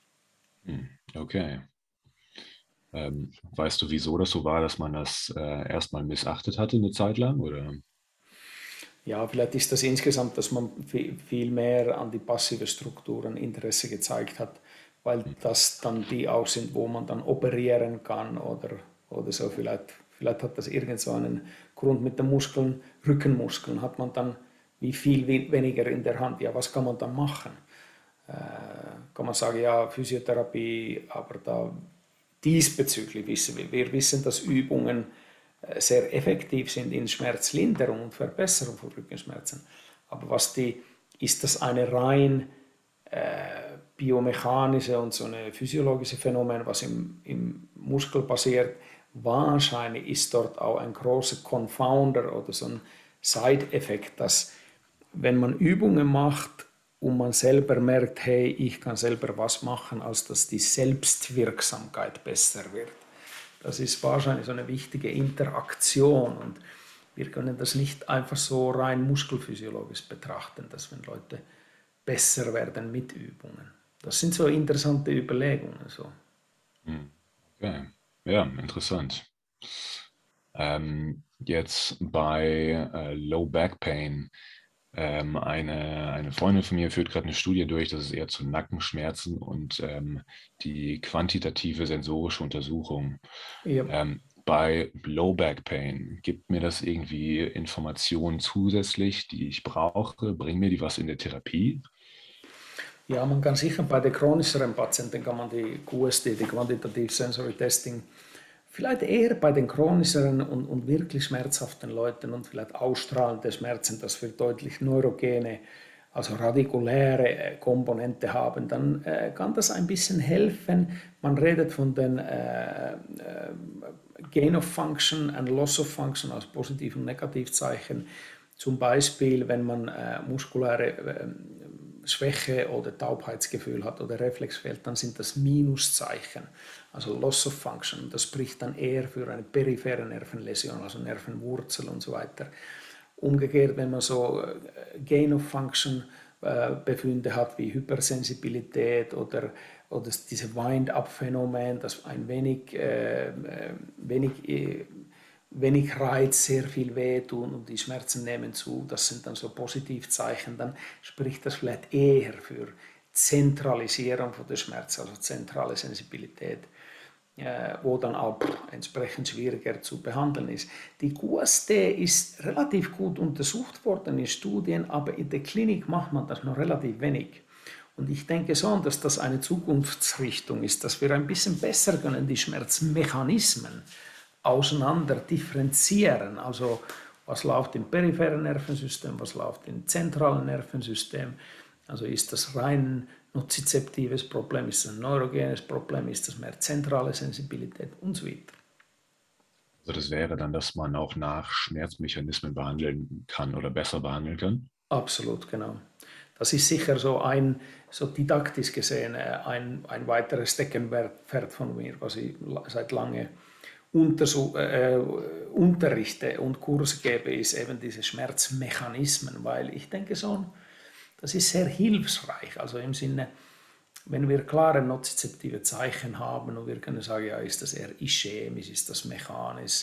Okay. Ähm, weißt du, wieso das so war, dass man das äh, erstmal missachtet hatte eine Zeit lang? Oder? Ja, vielleicht ist das insgesamt, dass man viel mehr an die passive Strukturen Interesse gezeigt hat, weil das dann die auch sind, wo man dann operieren kann oder, oder so. Vielleicht, vielleicht hat das irgend so einen Grund mit den Muskeln, Rückenmuskeln, hat man dann wie viel weniger in der Hand. Ja, was kann man dann machen? Äh, kann man sagen, ja, Physiotherapie, aber da diesbezüglich wissen wir, wir wissen, dass Übungen sehr effektiv sind in Schmerzlinderung und Verbesserung von Rückenschmerzen. Aber was die, ist das eine rein äh, biomechanische und so eine physiologische Phänomen, was im, im Muskel passiert? Wahrscheinlich ist dort auch ein großer Confounder oder so ein Side-Effekt, dass wenn man Übungen macht und man selber merkt, hey, ich kann selber was machen, als dass die Selbstwirksamkeit besser wird. Das ist wahrscheinlich so eine wichtige Interaktion und wir können das nicht einfach so rein muskelphysiologisch betrachten, dass wenn Leute besser werden mit Übungen. Das sind so interessante Überlegungen. So. Okay. Ja, interessant. Ähm, jetzt bei äh, Low Back Pain. Ähm, eine, eine Freundin von mir führt gerade eine Studie durch, das ist eher zu Nackenschmerzen und ähm, die quantitative sensorische Untersuchung. Ja. Ähm, bei Low Back Pain, gibt mir das irgendwie Informationen zusätzlich, die ich brauche? Bringen mir die was in der Therapie? Ja, man kann sicher bei den chronischeren Patienten kann man die Q S T, die Quantitative Sensory Testing, vielleicht eher bei den chronischeren und, und wirklich schmerzhaften Leuten und vielleicht ausstrahlende Schmerzen, dass wir deutlich neurogene, also radikuläre Komponente haben, dann äh, kann das ein bisschen helfen. Man redet von den äh, äh, Gain of Function and Loss of Function als Positiv- und Negativzeichen. Zum Beispiel, wenn man äh, muskuläre äh, Schwäche oder Taubheitsgefühl hat oder Reflex fehlt, dann sind das Minuszeichen, also Loss of Function. Das spricht dann eher für eine periphere Nervenläsion, also Nervenwurzel und so weiter. Umgekehrt, wenn man so Gain of Function äh, Befunde hat wie Hypersensibilität oder, oder diese Wind-up-Phänomen, dass ein wenig, äh, wenig äh, wenig Reiz, sehr viel wehtun und die Schmerzen nehmen zu, das sind dann so Positivzeichen, dann spricht das vielleicht eher für Zentralisierung von der Schmerz, also zentrale Sensibilität. äh, wo dann auch pff, entsprechend schwieriger zu behandeln ist. Die Q S T ist relativ gut untersucht worden in Studien, aber in der Klinik macht man das noch relativ wenig. Und ich denke schon, dass das eine Zukunftsrichtung ist, dass wir ein bisschen besser können die Schmerzmechanismen auseinander differenzieren. Also was läuft im peripheren Nervensystem, was läuft im zentralen Nervensystem. Also ist das rein nozizeptives Problem, ist das ein neurogenes Problem, ist das mehr zentrale Sensibilität und so weiter. Also das wäre dann, dass man auch nach Schmerzmechanismen behandeln kann oder besser behandeln kann? Absolut, genau. Das ist sicher so ein, so didaktisch gesehen, ein, ein weiteres Steckenpferd von mir, was ich seit lange untersu äh, unterrichte und Kurse gebe, ist eben diese Schmerzmechanismen, weil ich denke schon, das ist sehr hilfreich, also im Sinne, wenn wir klare nozizeptive Zeichen haben und wir können sagen, ja, ist das eher ischämisch, ist das mechanisch,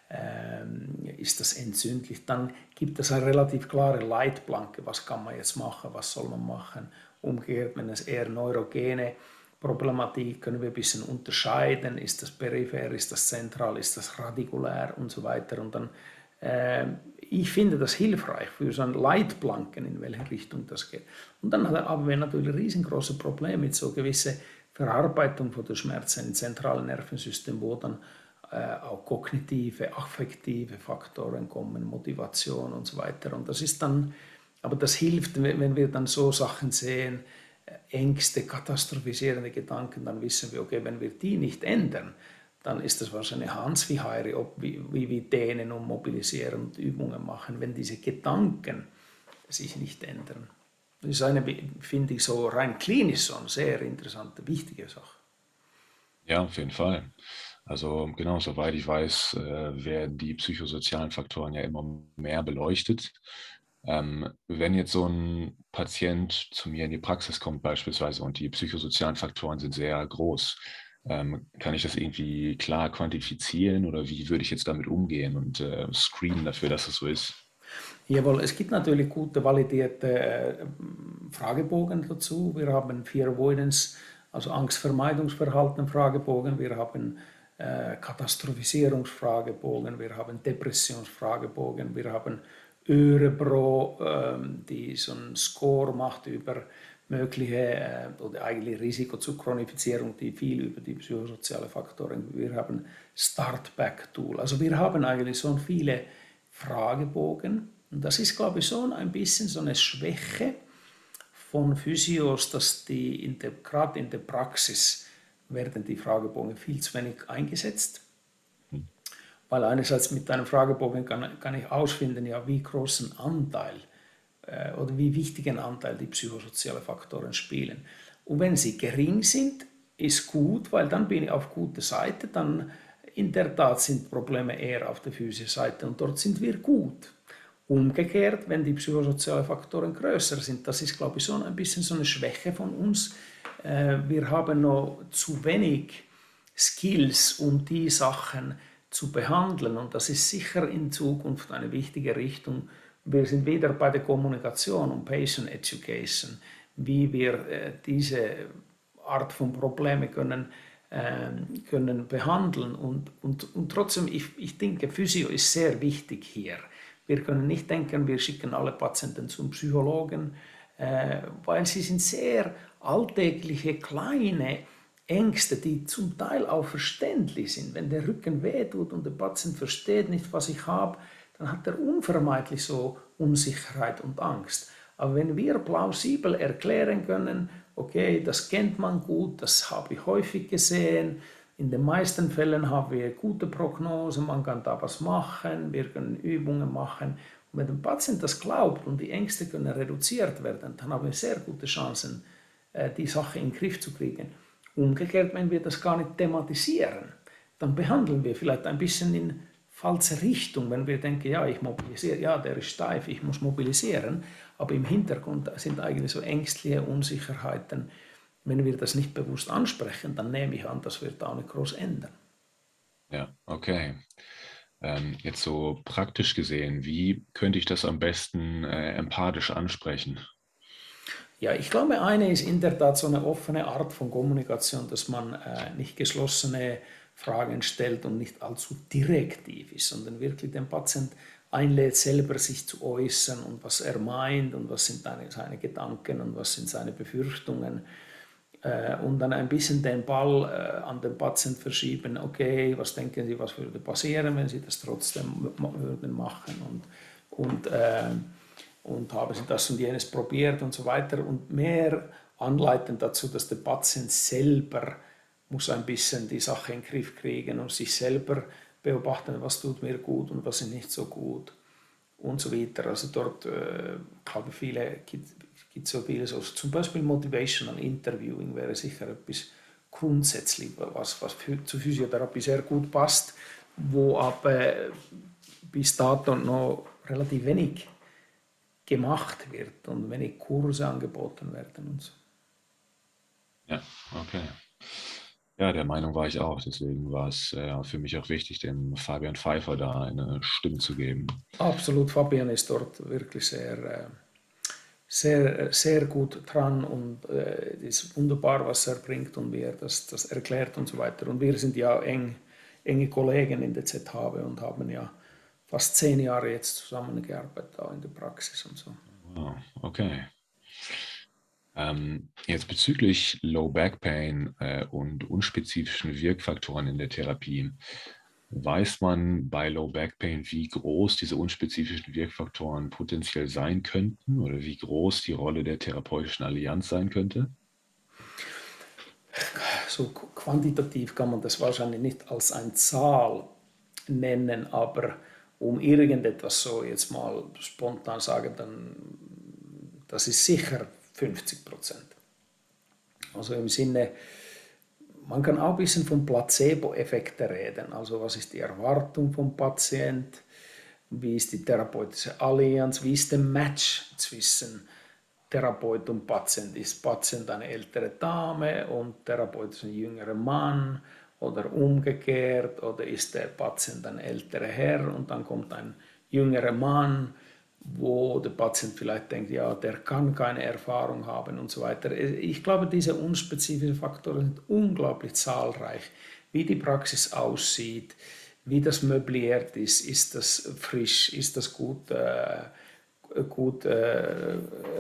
ähm, ist das entzündlich, dann gibt es eine relativ klare Leitplanke, was kann man jetzt machen, was soll man machen. Umgekehrt, wenn es eher neurogene Problematik, können wir ein bisschen unterscheiden, ist das peripher, ist das zentral, ist das radikulär und so weiter. Und dann, äh, ich finde das hilfreich für so ein Leitplanken, in welche Richtung das geht. Und dann haben wir natürlich riesengroße Probleme mit so gewisser Verarbeitung von der Schmerzen im zentralen Nervensystem, wo dann äh, auch kognitive, affektive Faktoren kommen, Motivation und so weiter. Und das ist dann, aber das hilft, wenn wir dann so Sachen sehen, Ängste, katastrophisierende Gedanken, dann wissen wir, okay, wenn wir die nicht ändern, dann ist das wahrscheinlich Hans wie Heiri, ob wie, wie wir dehnen und mobilisieren und Übungen machen, wenn diese Gedanken sich nicht ändern. Das ist eine, finde ich, so rein klinisch so eine sehr interessante, wichtige Sache. Ja, auf jeden Fall. Also genau, soweit ich weiß, äh, werden die psychosozialen Faktoren ja immer mehr beleuchtet. Ähm, wenn jetzt so ein Patient zu mir in die Praxis kommt beispielsweise und die psychosozialen Faktoren sind sehr groß, ähm, kann ich das irgendwie klar quantifizieren oder wie würde ich jetzt damit umgehen und äh, screenen dafür, dass es so ist? Jawohl, es gibt natürlich gute, validierte äh, Fragebogen dazu. Wir haben vier Avoidance, also Angstvermeidungsverhalten Fragebogen, wir haben äh, Katastrophisierungsfragebogen, wir haben Depressionsfragebogen, wir haben Örebro, ähm, die so einen Score macht über mögliche äh, oder eigentlich Risiko zur Chronifizierung, die viel über die psychosozialen Faktoren. Wir haben Startback-Tool. Also wir haben eigentlich so viele Fragebogen. Und das ist, glaube ich, schon ein bisschen so eine Schwäche von Physios, dass die in der, gerade in der Praxis werden die Fragebogen viel zu wenig eingesetzt. Weil einerseits mit einem Fragebogen kann, kann ich ausfinden, ja, wie großen Anteil äh, oder wie wichtigen Anteil die psychosozialen Faktoren spielen. Und wenn sie gering sind, ist gut, weil dann bin ich auf guter Seite, dann in der Tat sind Probleme eher auf der physischen Seite und dort sind wir gut. Umgekehrt, wenn die psychosozialen Faktoren größer sind, das ist, glaube ich, schon ein bisschen so eine Schwäche von uns. Äh, wir haben noch zu wenig Skills, um die Sachen zu behandeln und das ist sicher in Zukunft eine wichtige Richtung. Wir sind wieder bei der Kommunikation und Patient Education, wie wir äh, diese Art von Probleme können, äh, können behandeln und, und, und trotzdem, ich, ich denke, Physio ist sehr wichtig hier. Wir können nicht denken, wir schicken alle Patienten zum Psychologen, äh, weil sie sind sehr alltägliche, kleine Ängste, die zum Teil auch verständlich sind. Wenn der Rücken wehtut und der Patient versteht nicht, was ich habe, dann hat er unvermeidlich so Unsicherheit und Angst. Aber wenn wir plausibel erklären können, okay, das kennt man gut, das habe ich häufig gesehen, in den meisten Fällen haben wir gute Prognose, man kann da was machen, wir können Übungen machen. Und wenn der Patient das glaubt und die Ängste können reduziert werden, dann haben wir sehr gute Chancen, die Sache in den Griff zu kriegen. Umgekehrt, wenn wir das gar nicht thematisieren, dann behandeln wir vielleicht ein bisschen in falsche Richtung, wenn wir denken, ja, ich mobilisiere, ja, der ist steif, ich muss mobilisieren, aber im Hintergrund sind eigentlich so ängstliche Unsicherheiten. Wenn wir das nicht bewusst ansprechen, dann nehme ich an, das wird auch nicht groß ändern. Ja, okay. Ähm, jetzt so praktisch gesehen, wie könnte ich das am besten äh, empathisch ansprechen? Ja, ich glaube, eine ist in der Tat so eine offene Art von Kommunikation, dass man äh, nicht geschlossene Fragen stellt und nicht allzu direktiv ist, sondern wirklich den Patient einlädt, selber sich zu äußern und was er meint und was sind seine, seine Gedanken und was sind seine Befürchtungen. Äh, und dann ein bisschen den Ball äh, an den Patient verschieben, okay, was denken Sie, was würde passieren, wenn Sie das trotzdem würden machen und, und äh, und haben Sie das und jenes probiert und so weiter und mehr anleiten dazu, dass der Patient selber muss ein bisschen die Sache in den Griff kriegen und sich selber beobachten, was tut mir gut und was ist nicht so gut und so weiter. Also dort, äh, glaube ich, viele, gibt, gibt so vieles, also zum Beispiel Motivational Interviewing wäre sicher etwas grundsätzlich, was, was für, zur Physiotherapie sehr gut passt, wo aber äh, bis dato noch relativ wenig gemacht wird und wenig Kurse angeboten werden und so. Ja, okay. Ja, der Meinung war ich auch. Deswegen war es äh, für mich auch wichtig, dem Fabian Pfeiffer da eine Stimme zu geben. Absolut, Fabian ist dort wirklich sehr, sehr, sehr gut dran und es äh, ist wunderbar, was er bringt und wie er das, das erklärt und so weiter. Und wir sind ja eng, enge Kollegen in der Z H W und haben ja fast zehn Jahre jetzt zusammengearbeitet, auch in der Praxis und so. Wow, okay. Ähm, jetzt bezüglich Low Back Pain äh, und unspezifischen Wirkfaktoren in der Therapie. Weiß man bei Low Back Pain, wie groß diese unspezifischen Wirkfaktoren potenziell sein könnten oder wie groß die Rolle der therapeutischen Allianz sein könnte? So quantitativ kann man das wahrscheinlich nicht als eine Zahl nennen, aber um irgendetwas so jetzt mal spontan sagen, dann das ist sicher fünfzig Prozent. Also im Sinne, man kann auch ein bisschen von Placebo-Effekten reden. Also was ist die Erwartung vom Patient? Wie ist die therapeutische Allianz? Wie ist der Match zwischen Therapeut und Patient? Ist Patient eine ältere Dame und Therapeut ist ein jüngerer Mann oder umgekehrt? Oder ist der Patient ein älterer Herr und dann kommt ein jüngerer Mann, wo der Patient vielleicht denkt, ja, der kann keine Erfahrung haben und so weiter. Ich glaube, diese unspezifischen Faktoren sind unglaublich zahlreich. Wie die Praxis aussieht, wie das möbliert ist, ist das frisch, ist das gut, äh, gut äh,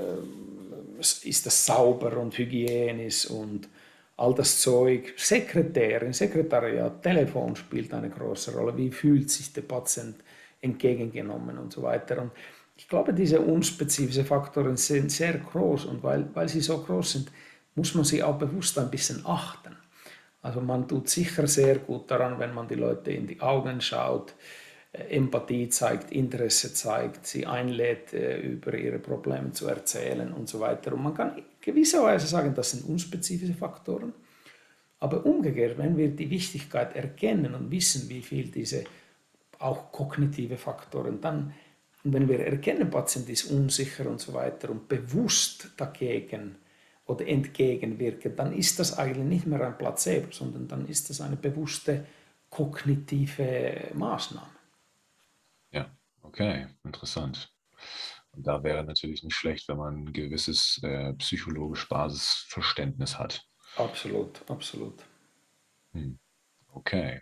ist das sauber und hygienisch und all das Zeug. Sekretärin, Sekretariat, Telefon spielt eine große Rolle. Wie fühlt sich der Patient entgegengenommen und so weiter. Und ich glaube, diese unspezifischen Faktoren sind sehr groß und weil, weil sie so groß sind, muss man sie auch bewusst ein bisschen achten. Also man tut sicher sehr gut daran, wenn man die Leute in die Augen schaut, Empathie zeigt, Interesse zeigt, sie einlädt, über ihre Probleme zu erzählen und so weiter. Und man kann gewisserweise sagen, das sind unspezifische Faktoren. Aber umgekehrt, wenn wir die Wichtigkeit erkennen und wissen, wie viel diese auch kognitive Faktoren, dann, wenn wir erkennen, Patient ist unsicher und so weiter und bewusst dagegen oder entgegenwirken, dann ist das eigentlich nicht mehr ein Placebo, sondern dann ist das eine bewusste kognitive Maßnahme. Ja, okay, interessant. Und da wäre natürlich nicht schlecht, wenn man ein gewisses äh, psychologisch Basisverständnis hat. Absolut, absolut. Hm. Okay.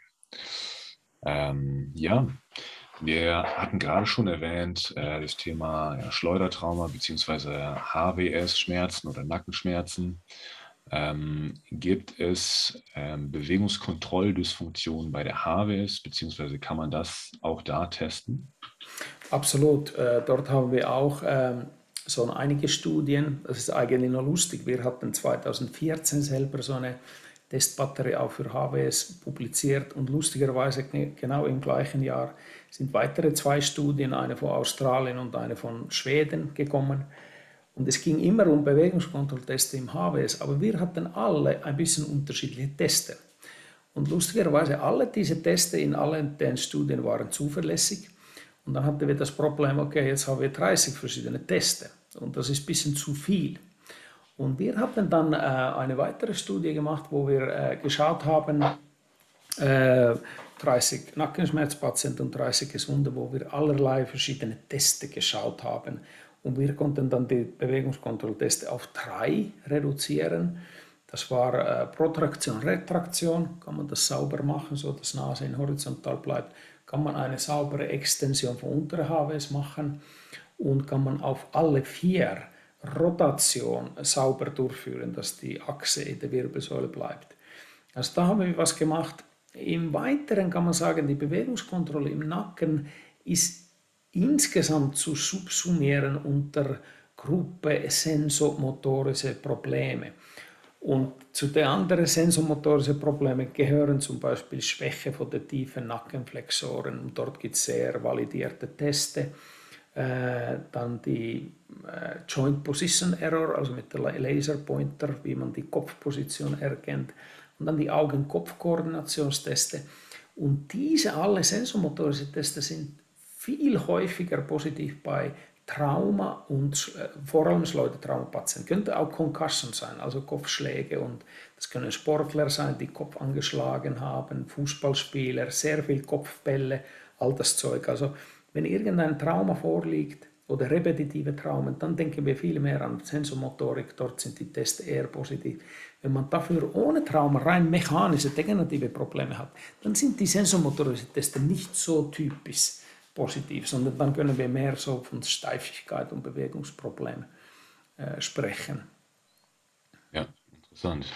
Ähm, ja, wir hatten gerade schon erwähnt, äh, das Thema ja, Schleudertrauma bzw. H W S-Schmerzen oder Nackenschmerzen. Ähm, gibt es ähm, Bewegungskontrolldysfunktionen bei der H W S, beziehungsweise kann man das auch da testen? Absolut. Äh, dort haben wir auch ähm, so einige Studien. Das ist eigentlich noch lustig. Wir hatten zweitausendvierzehn selber so eine Testbatterie auch für H W S publiziert und lustigerweise genau im gleichen Jahr sind weitere zwei Studien, eine von Australien und eine von Schweden gekommen. Und es ging immer um Bewegungskontrollteste im H W S, aber wir hatten alle ein bisschen unterschiedliche Teste. Und lustigerweise alle diese Teste in allen den Studien waren zuverlässig. Und dann hatten wir das Problem, okay, jetzt haben wir dreißig verschiedene Teste und das ist ein bisschen zu viel. Und wir haben dann äh, eine weitere Studie gemacht, wo wir äh, geschaut haben, äh, dreißig Nackenschmerzpatienten und dreißig Gesunde, wo wir allerlei verschiedene Teste geschaut haben, Und wir konnten dann die Bewegungskontrollteste auf drei reduzieren. Das war äh, Protraktion, Retraktion, kann man das sauber machen, so dass Nase in horizontal bleibt. Kann man eine saubere Extension von unteren H Ws machen und kann man auf alle vier Rotation sauber durchführen, dass die Achse in der Wirbelsäule bleibt. Also da haben wir was gemacht. Im Weiteren kann man sagen, die Bewegungskontrolle im Nacken ist insgesamt zu subsumieren unter Gruppe sensomotorische Probleme. Und zu den anderen sensomotorischen Problemen gehören zum Beispiel Schwäche von den tiefen Nackenflexoren. Und dort gibt es sehr validierte Teste. Äh, dann die äh, Joint Position Error, also mit der Laserpointer, wie man die Kopfposition erkennt. Und dann die Augen-Kopf-Koordinationsteste. Und diese alle sensomotorischen Teste sind viel häufiger positiv bei Trauma und äh, vor allem Schleudertraumapatienten. Könnte auch Concussion sein, also Kopfschläge, und das können Sportler sein, die Kopf angeschlagen haben, Fußballspieler, sehr viel Kopfbälle, all das Zeug. Also wenn irgendein Trauma vorliegt oder repetitive Traumen, dann denken wir viel mehr an Sensomotorik, dort sind die Tests eher positiv. Wenn man dafür ohne Trauma rein mechanische, degenerative Probleme hat, dann sind die sensomotorischen Tests nicht so typisch positiv, sondern dann können wir mehr so von Steifigkeit und Bewegungsproblemen äh, sprechen. Ja, interessant.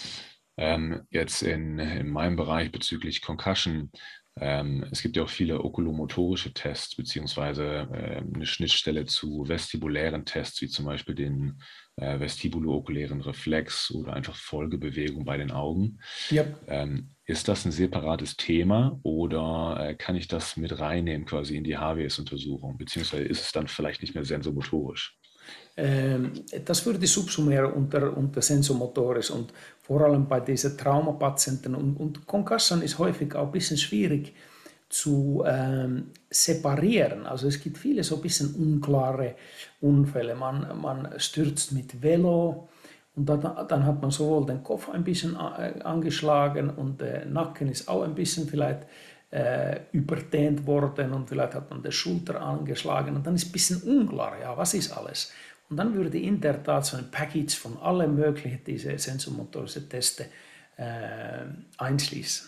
Ähm, jetzt in, in meinem Bereich bezüglich Concussion, ähm, es gibt ja auch viele okulomotorische Tests, beziehungsweise äh, eine Schnittstelle zu vestibulären Tests, wie zum Beispiel den äh, vestibulo-okulären Reflex oder einfach Folgebewegung bei den Augen. Ja. Ähm, ist das ein separates Thema oder äh, kann ich das mit reinnehmen quasi in die H W S-Untersuchung, beziehungsweise ist es dann vielleicht nicht mehr sensomotorisch? Ähm, das würde subsumieren unter, unter sensomotorisch und vor allem bei diesen Traumapatienten. Und, und Concussion ist häufig auch ein bisschen schwierig zu ähm, separieren. Also es gibt viele so ein bisschen unklare Unfälle. Man, man stürzt mit Velo und dann, dann hat man sowohl den Kopf ein bisschen angeschlagen und der Nacken ist auch ein bisschen vielleicht äh, überdehnt worden und vielleicht hat man die Schulter angeschlagen und dann ist ein bisschen unklar, ja, was ist alles? Und dann würde in der Tat so ein Package von allen möglichen diese sensomotorischen Teste äh, einschließen.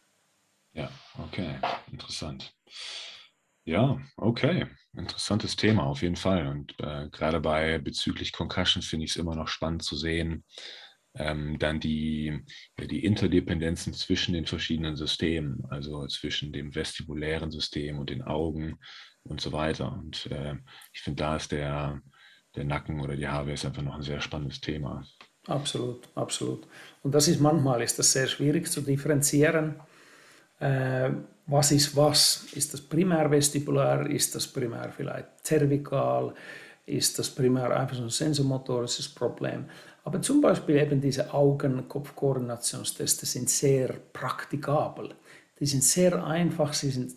Ja, okay, interessant. Ja, okay, interessantes Thema auf jeden Fall. Und äh, gerade bei bezüglich Concussion finde ich es immer noch spannend zu sehen, ähm, dann die, ja, die Interdependenzen zwischen den verschiedenen Systemen, also zwischen dem vestibulären System und den Augen und so weiter. Und äh, ich finde, da ist der, der Nacken oder die H W S einfach noch ein sehr spannendes Thema. Absolut, absolut. Und das ist manchmal ist das sehr schwierig zu differenzieren. Äh, was ist was? Ist das primär vestibulär? Ist das primär vielleicht zervikal? Ist das primär einfach so ein sensomotorisches Problem? Aber zum Beispiel eben diese Augen-Kopf-Koordinationsteste sind sehr praktikabel. Die sind sehr einfach, sie sind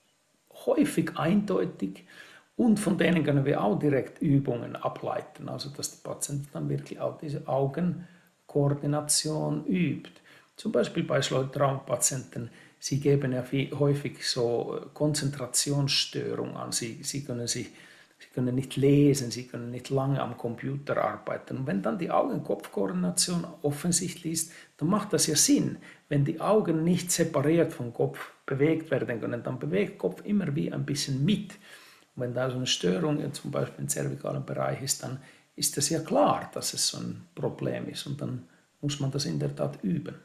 häufig eindeutig und von denen können wir auch direkt Übungen ableiten, also dass die Patient dann wirklich auch diese Augenkoordination übt. Zum Beispiel bei Schleudertraumapatienten, sie geben ja viel, häufig so Konzentrationsstörungen an, sie, sie, können sich, sie können nicht lesen, sie können nicht lange am Computer arbeiten. Und wenn dann die Augen-Kopf-Koordination offensichtlich ist, dann macht das ja Sinn. Wenn die Augen nicht separiert vom Kopf bewegt werden können, dann bewegt der Kopf immer wie ein bisschen mit. Und wenn da so eine Störung zum Beispiel im zervikalen Bereich ist, dann ist das ja klar, dass es so ein Problem ist. Und dann muss man das in der Tat üben.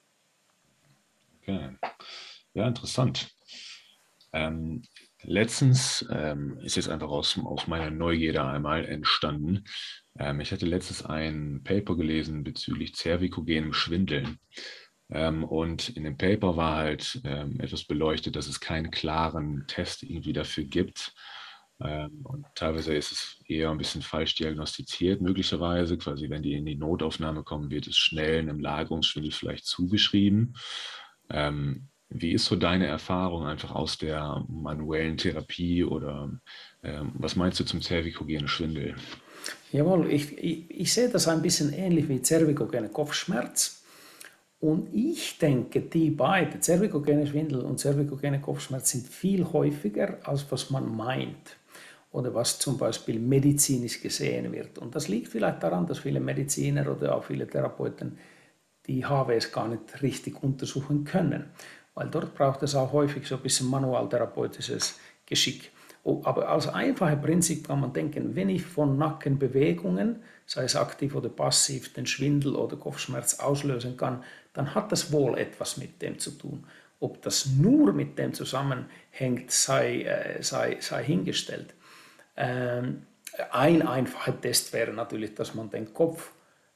Okay. Ja, interessant. Ähm, letztens ähm, ist jetzt einfach aus, aus meiner Neugierde einmal entstanden. Ähm, ich hatte letztens ein Paper gelesen bezüglich zervikogenem Schwindeln. Ähm, und in dem Paper war halt ähm, etwas beleuchtet, dass es keinen klaren Test irgendwie dafür gibt. Ähm, und teilweise ist es eher ein bisschen falsch diagnostiziert, möglicherweise. Quasi, wenn die in die Notaufnahme kommen, wird es schnell einem Lagerungsschwindel vielleicht zugeschrieben. Ähm, wie ist so deine Erfahrung einfach aus der manuellen Therapie oder ähm, was meinst du zum zervikogenen Schwindel? Jawohl, ich, ich, ich sehe das ein bisschen ähnlich wie zervikogene Kopfschmerz. Und ich denke, die beiden, zervikogene Schwindel und zervikogene Kopfschmerz, sind viel häufiger, als was man meint. oder was zum Beispiel medizinisch gesehen wird. Und das liegt vielleicht daran, dass viele Mediziner oder auch viele Therapeuten die H W S gar nicht richtig untersuchen können, weil dort braucht es auch häufig so ein bisschen manualtherapeutisches Geschick. Aber als einfaches Prinzip kann man denken, wenn ich von Nackenbewegungen, sei es aktiv oder passiv, den Schwindel oder Kopfschmerz auslösen kann, dann hat das wohl etwas mit dem zu tun. Ob das nur mit dem zusammenhängt, sei, sei, sei hingestellt. Ähm, ein einfacher Test wäre natürlich, dass man den Kopf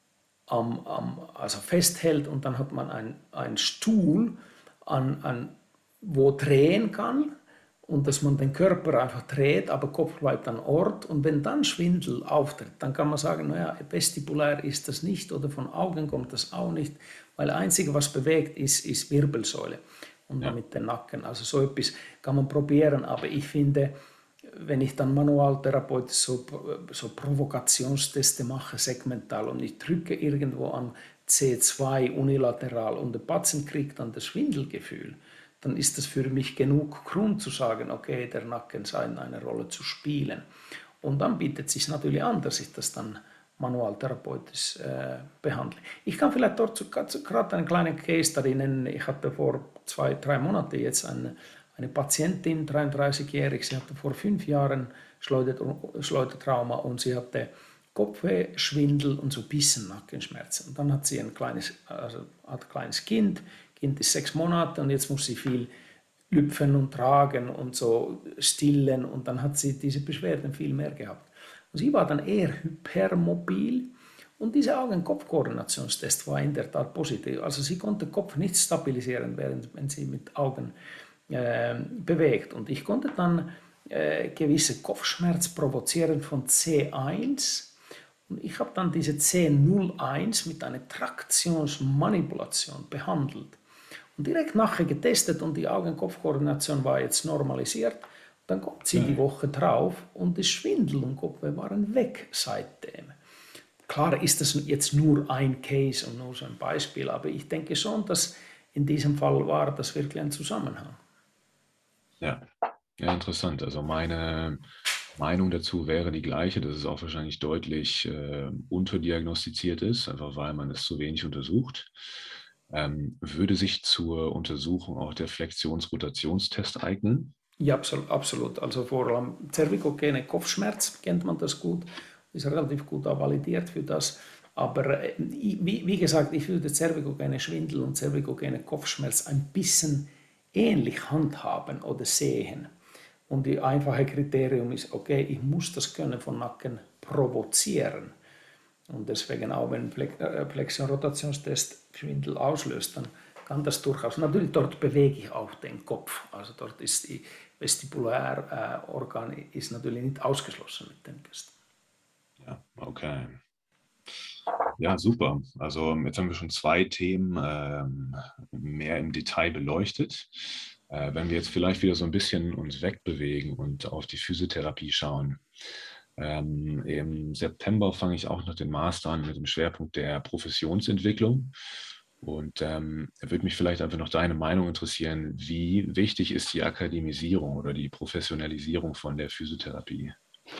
am, am, also festhält und dann hat man einen Stuhl, an, an, wo drehen kann und dass man den Körper einfach dreht, aber Kopf bleibt an Ort. Und wenn dann Schwindel auftritt, dann kann man sagen, naja, vestibulär ist das nicht oder von Augen kommt das auch nicht, weil das Einzige, was bewegt, ist, ist Wirbelsäule und ja. damit der Nacken. Also so etwas kann man probieren, aber ich finde, wenn ich dann manualtherapeutisch so, so Provokationsteste mache, segmental, und ich drücke irgendwo an C zwei unilateral und der Patient kriegt dann das Schwindelgefühl, dann ist das für mich genug Grund zu sagen, okay, der Nacken scheint eine Rolle zu spielen. Und dann bietet es sich natürlich an, dass ich das dann manualtherapeutisch äh, behandle. Ich kann vielleicht dort gerade einen kleinen Case Study nennen. Ich hatte vor zwei, drei Monaten jetzt eine, eine Patientin, dreiunddreißigjährig, sie hatte vor fünf Jahren Schleudertrauma und sie hatte Kopfweh, Schwindel und so ein bisschen Nackenschmerzen. Und dann hat sie ein kleines, also hat ein kleines Kind, Kind ist sechs Monate und jetzt muss sie viel lüpfen und tragen und so stillen und dann hat sie diese Beschwerden viel mehr gehabt. Und sie war dann eher hypermobil und dieser Augen-Kopf-Koordinationstest war in der Tat positiv. Also sie konnte den Kopf nicht stabilisieren, während wenn sie mit Augen äh, bewegt. Und ich konnte dann äh, gewisse Kopfschmerz provozieren von C eins. Und ich habe dann diese C null eins mit einer Traktionsmanipulation behandelt und direkt nachher getestet und die Augen-Kopf-Koordination war jetzt normalisiert. Dann kommt sie die Woche drauf und das Schwindel und Kopfweh waren weg seitdem. Klar ist das jetzt nur ein Case und nur so ein Beispiel, aber ich denke schon, dass in diesem Fall war das wirklich ein Zusammenhang. Ja, ja, interessant. Also meine Meinung dazu wäre die gleiche, dass es auch wahrscheinlich deutlich äh, unterdiagnostiziert ist, einfach weil man es zu wenig untersucht. Ähm, würde sich zur Untersuchung auch der Flexions-Rotationstest eignen? Ja, absolut, absolut. Also vor allem zervikogene Kopfschmerz kennt man das gut, ist relativ gut auch validiert für das. Aber äh, wie, wie gesagt, ich würde zervikogene Schwindel und zervikogene Kopfschmerz ein bisschen ähnlich handhaben oder sehen. Und die einfache Kriterium ist, okay, ich muss das Können von Nacken provozieren. Und deswegen auch, wenn Flexion-Rotationstest Schwindel auslöst, dann kann das durchaus. Natürlich, dort bewege ich auch den Kopf. Also dort ist die Vestibularorgan äh, ist natürlich nicht ausgeschlossen mit dem Test. Ja, okay. Ja, super. Also jetzt haben wir schon zwei Themen ähm, mehr im Detail beleuchtet. Äh, wenn wir jetzt vielleicht wieder so ein bisschen uns wegbewegen und auf die Physiotherapie schauen. Ähm, im September fange ich auch noch den Master an mit dem Schwerpunkt der Professionsentwicklung. Und ähm, würde mich vielleicht einfach noch deine Meinung interessieren, wie wichtig ist die Akademisierung oder die Professionalisierung von der Physiotherapie?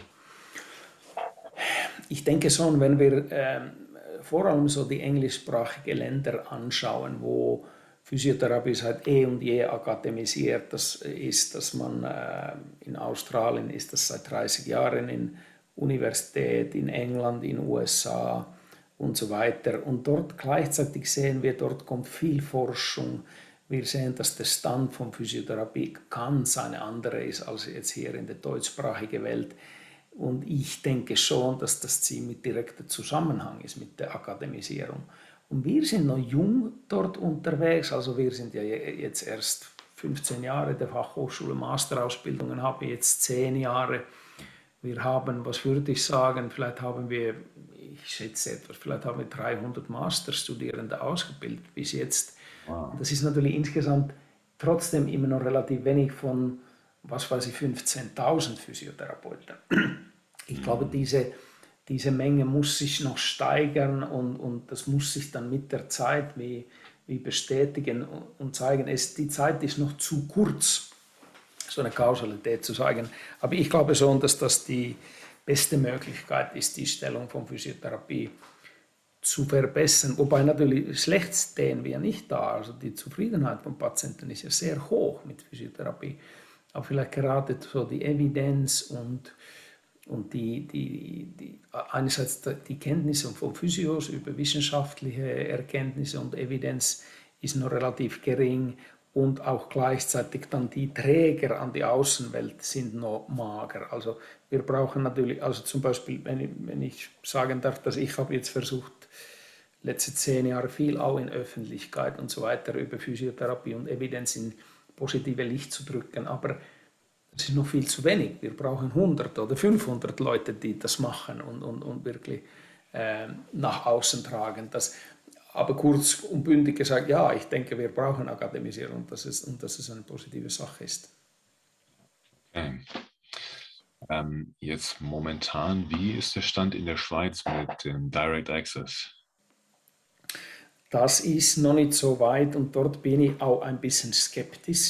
Ich denke schon, wenn wir äh, vor allem so die englischsprachigen Länder anschauen, wo Physiotherapie seit eh und je akademisiert das ist, dass man äh, in Australien ist das seit dreißig Jahren, in Universität, in England, in U S A und so weiter. Und dort gleichzeitig sehen wir, dort kommt viel Forschung. Wir sehen, dass der Stand von Physiotherapie ganz eine andere ist als jetzt hier in der deutschsprachigen Welt. Und ich denke schon, dass das ziemlich direkter Zusammenhang ist mit der Akademisierung. Und wir sind noch jung dort unterwegs, also wir sind ja jetzt erst fünfzehn Jahre der Fachhochschule, Masterausbildungen habe ich jetzt zehn Jahre. Wir haben, was würde ich sagen, vielleicht haben wir, ich schätze etwas, vielleicht haben wir dreihundert Masterstudierende ausgebildet bis jetzt. Wow. Das ist natürlich insgesamt trotzdem immer noch relativ wenig von, was weiß ich, fünfzehntausend Physiotherapeuten. Ich glaube, diese, diese Menge muss sich noch steigern und, und das muss sich dann mit der Zeit wie, wie bestätigen und zeigen, es, die Zeit ist noch zu kurz, so eine Kausalität zu zeigen. Aber ich glaube schon, dass das die beste Möglichkeit ist, die Stellung von Physiotherapie zu verbessern. Wobei natürlich schlecht stehen wir nicht da. Also die Zufriedenheit von Patienten ist ja sehr hoch mit Physiotherapie. Aber vielleicht gerade so die Evidenz und, und die, die, die, einerseits die Kenntnisse von Physios über wissenschaftliche Erkenntnisse und Evidenz ist noch relativ gering. Und auch gleichzeitig dann die Träger an die Außenwelt sind noch mager. Also wir brauchen natürlich, also zum Beispiel, wenn ich, wenn ich sagen darf, dass ich habe jetzt versucht, letzte zehn Jahre viel auch in Öffentlichkeit und so weiter über Physiotherapie und Evidenz in positive Licht zu drücken, aber das ist noch viel zu wenig. Wir brauchen hundert oder fünfhundert Leute, die das machen und, und, und wirklich äh, nach außen tragen. Das, aber kurz und bündig gesagt, ja, ich denke, wir brauchen Akademisierung und dass es, und dass es eine positive Sache ist. Okay. Ähm, jetzt momentan, wie ist der Stand in der Schweiz mit dem Direct Access? Das ist noch nicht so weit und dort bin ich auch ein bisschen skeptisch.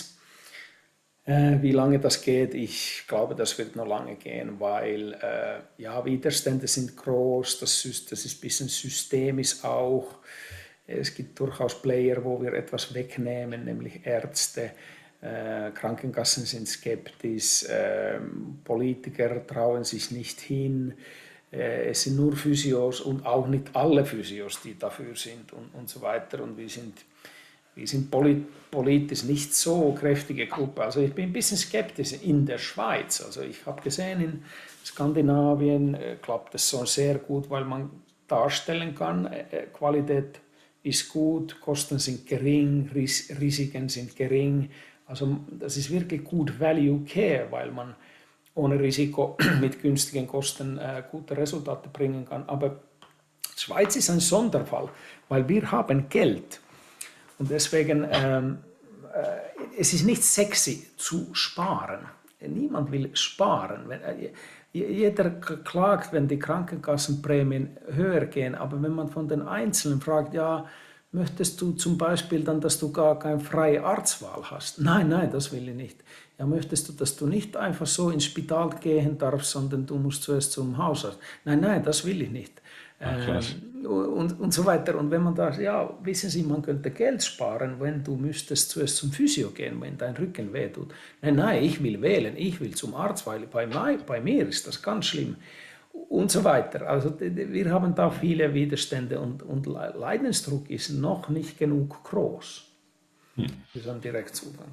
Äh, wie lange das geht, ich glaube, das wird noch lange gehen, weil äh, ja, Widerstände sind groß, das, das ist ein bisschen systemisch auch. Es gibt durchaus Player, wo wir etwas wegnehmen, nämlich Ärzte. Äh, Krankenkassen sind skeptisch, äh, Politiker trauen sich nicht hin. Äh, es sind nur Physios und auch nicht alle Physios, die dafür sind und, und so weiter. Und wir sind, wir sind polit, politisch nicht so kräftige Gruppe. Also ich bin ein bisschen skeptisch in der Schweiz. Also ich habe gesehen, in Skandinavien äh, klappt es so sehr gut, weil man darstellen kann, äh, Qualität ist gut, Kosten sind gering, Ris Risiken sind gering. Also das ist wirklich gut Value Care, weil man ohne Risiko mit günstigen Kosten äh, gute Resultate bringen kann. Aber die Schweiz ist ein Sonderfall, weil wir haben Geld. Und deswegen, ähm, äh, es ist nicht sexy zu sparen. Niemand will sparen. Wenn, äh, jeder klagt, wenn die Krankenkassenprämien höher gehen, aber wenn man von den Einzelnen fragt, ja, möchtest du zum Beispiel dann, dass du gar keine freie Arztwahl hast? Nein, nein, das will ich nicht. Ja, möchtest du, dass du nicht einfach so ins Spital gehen darfst, sondern du musst zuerst zum Hausarzt? Nein, nein, das will ich nicht. Ähm, und, und so weiter. Und wenn man da, ja, wissen Sie, man könnte Geld sparen, wenn du müsstest zuerst zum Physio gehen, wenn dein Rücken wehtut. Nein, nein, ich will wählen, ich will zum Arzt, weil bei, bei mir ist das ganz schlimm. Und so weiter. Also wir haben da viele Widerstände und, und Leidensdruck ist noch nicht genug groß hm. für so einen Direktzugang.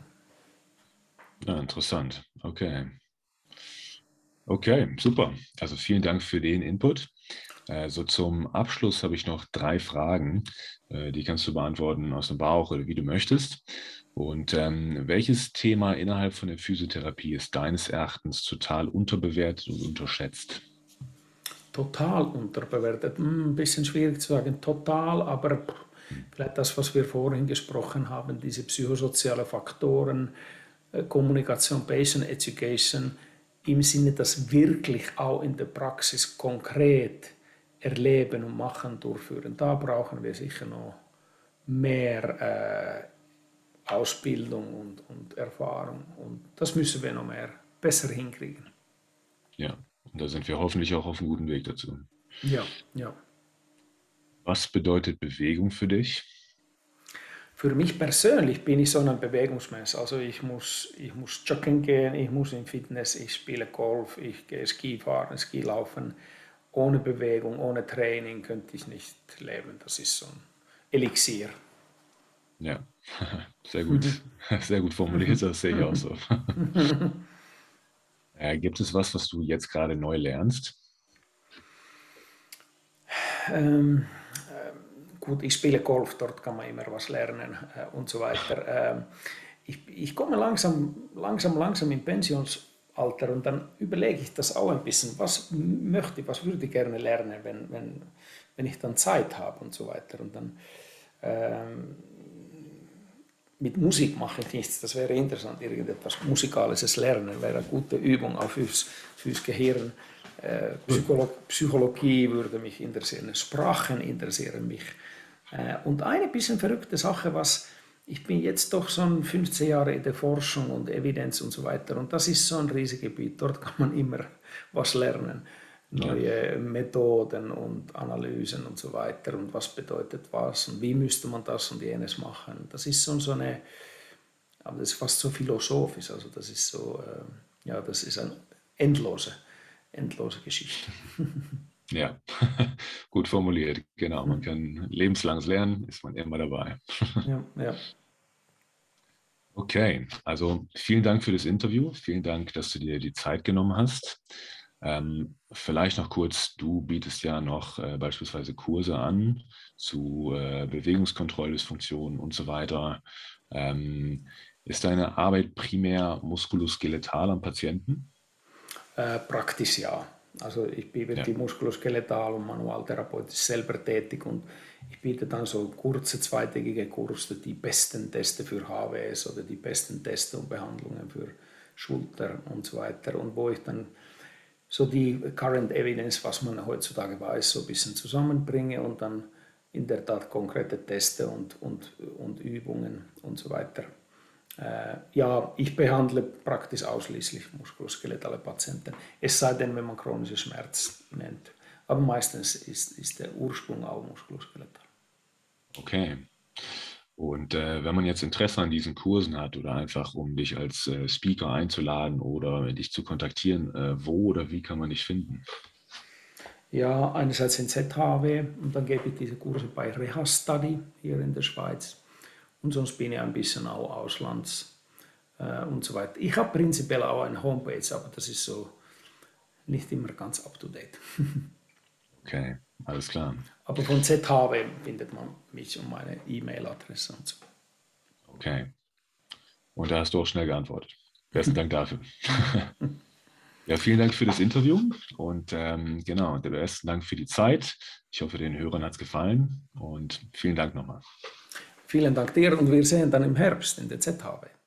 Ja, interessant. Okay. Okay, super. Also vielen Dank für den Input. Also zum Abschluss habe ich noch drei Fragen, die kannst du beantworten aus dem Bauch oder wie du möchtest. Und ähm, welches Thema innerhalb von der Physiotherapie ist deines Erachtens total unterbewertet und unterschätzt? Total unterbewertet. Hm, ein bisschen schwierig zu sagen, total, aber vielleicht das, was wir vorhin gesprochen haben, diese psychosozialen Faktoren, Kommunikation, Patient Education, im Sinne, dass wirklich auch in der Praxis konkret erleben und machen, durchführen. Da brauchen wir sicher noch mehr äh, Ausbildung und, und Erfahrung. Und das müssen wir noch mehr besser hinkriegen. Ja, und da sind wir hoffentlich auch auf einem guten Weg dazu. Ja, ja. Was bedeutet Bewegung für dich? Für mich persönlich bin ich so ein Bewegungsmensch. Also ich muss, ich muss joggen gehen, ich muss in Fitness, ich spiele Golf, ich gehe Ski fahren, Ski laufen. Ohne Bewegung, ohne Training könnte ich nicht leben. Das ist so ein Elixier. Ja, sehr gut. Sehr gut formuliert, das sehe ich auch so. äh, gibt es was, was du jetzt gerade neu lernst? Ähm, äh, gut, ich spiele Golf, dort kann man immer was lernen äh, und so weiter. Ähm, ich, ich komme langsam, langsam, langsam in Pensions Alter und dann überlege ich das auch ein bisschen, was möchte ich, was würde ich gerne lernen, wenn, wenn, wenn ich dann Zeit habe und so weiter. Und dann ähm, mit Musik mache ich nichts, das wäre interessant, irgendetwas Musikalisches lernen, wäre eine gute Übung auch fürs, fürs Gehirn. Äh, Psycholog, Psychologie würde mich interessieren, Sprachen interessieren mich. Äh, und eine bisschen verrückte Sache, was ich bin jetzt doch schon fünfzehn Jahre in der Forschung und Evidenz und so weiter. Und das ist so ein riesiges Gebiet. Dort kann man immer was lernen. Neue ja. Methoden und Analysen und so weiter. Und was bedeutet was und wie müsste man das und jenes machen. Das ist so, so eine, aber das ist fast so philosophisch. Also das ist so, äh, ja, das ist eine endlose, endlose Geschichte. Ja, gut formuliert, genau. Man kann lebenslanges Lernen, ist man immer dabei. Ja, ja. Okay, also vielen Dank für das Interview. Vielen Dank, dass du dir die Zeit genommen hast. Ähm, vielleicht noch kurz, du bietest ja noch äh, beispielsweise Kurse an zu äh, Bewegungskontrollfunktionen und so weiter. Ähm, ist deine Arbeit primär muskuloskeletal am Patienten? Äh, praktisch ja. Also ich bin wirklich ja. muskuloskeletal und manualtherapeutisch selber tätig und ich biete dann so kurze zweitägige Kurse, die besten Teste für H W S oder die besten Teste und Behandlungen für Schulter und so weiter und wo ich dann so die Current Evidence, was man heutzutage weiß, so ein bisschen zusammenbringe und dann in der Tat konkrete Teste und, und, und Übungen und so weiter. Äh, ja, ich behandle praktisch ausschließlich muskuloskeletale Patienten, es sei denn, wenn man chronische Schmerz nennt. Aber meistens ist, ist der Ursprung auch muskuloskeletal. Okay. Und äh, wenn man jetzt Interesse an diesen Kursen hat oder einfach um dich als äh, Speaker einzuladen oder dich zu kontaktieren, äh, wo oder wie kann man dich finden? Ja, einerseits in Z H W und dann gebe ich diese Kurse bei Reha Study hier in der Schweiz. Und sonst bin ich ein bisschen auch auslands äh, und so weiter. Ich habe prinzipiell auch eine Homepage, aber das ist so nicht immer ganz up to date. Okay, alles klar. Aber von Z H W findet man mich und meine E-Mail-Adresse und so. Okay. Und da hast du auch schnell geantwortet. Besten Dank dafür. Ja, vielen Dank für das Interview und ähm, genau, der besten Dank für die Zeit. Ich hoffe, den Hörern hat es gefallen und vielen Dank nochmal. Vielen Dank dir und wir sehen dann im Herbst in der Z H W.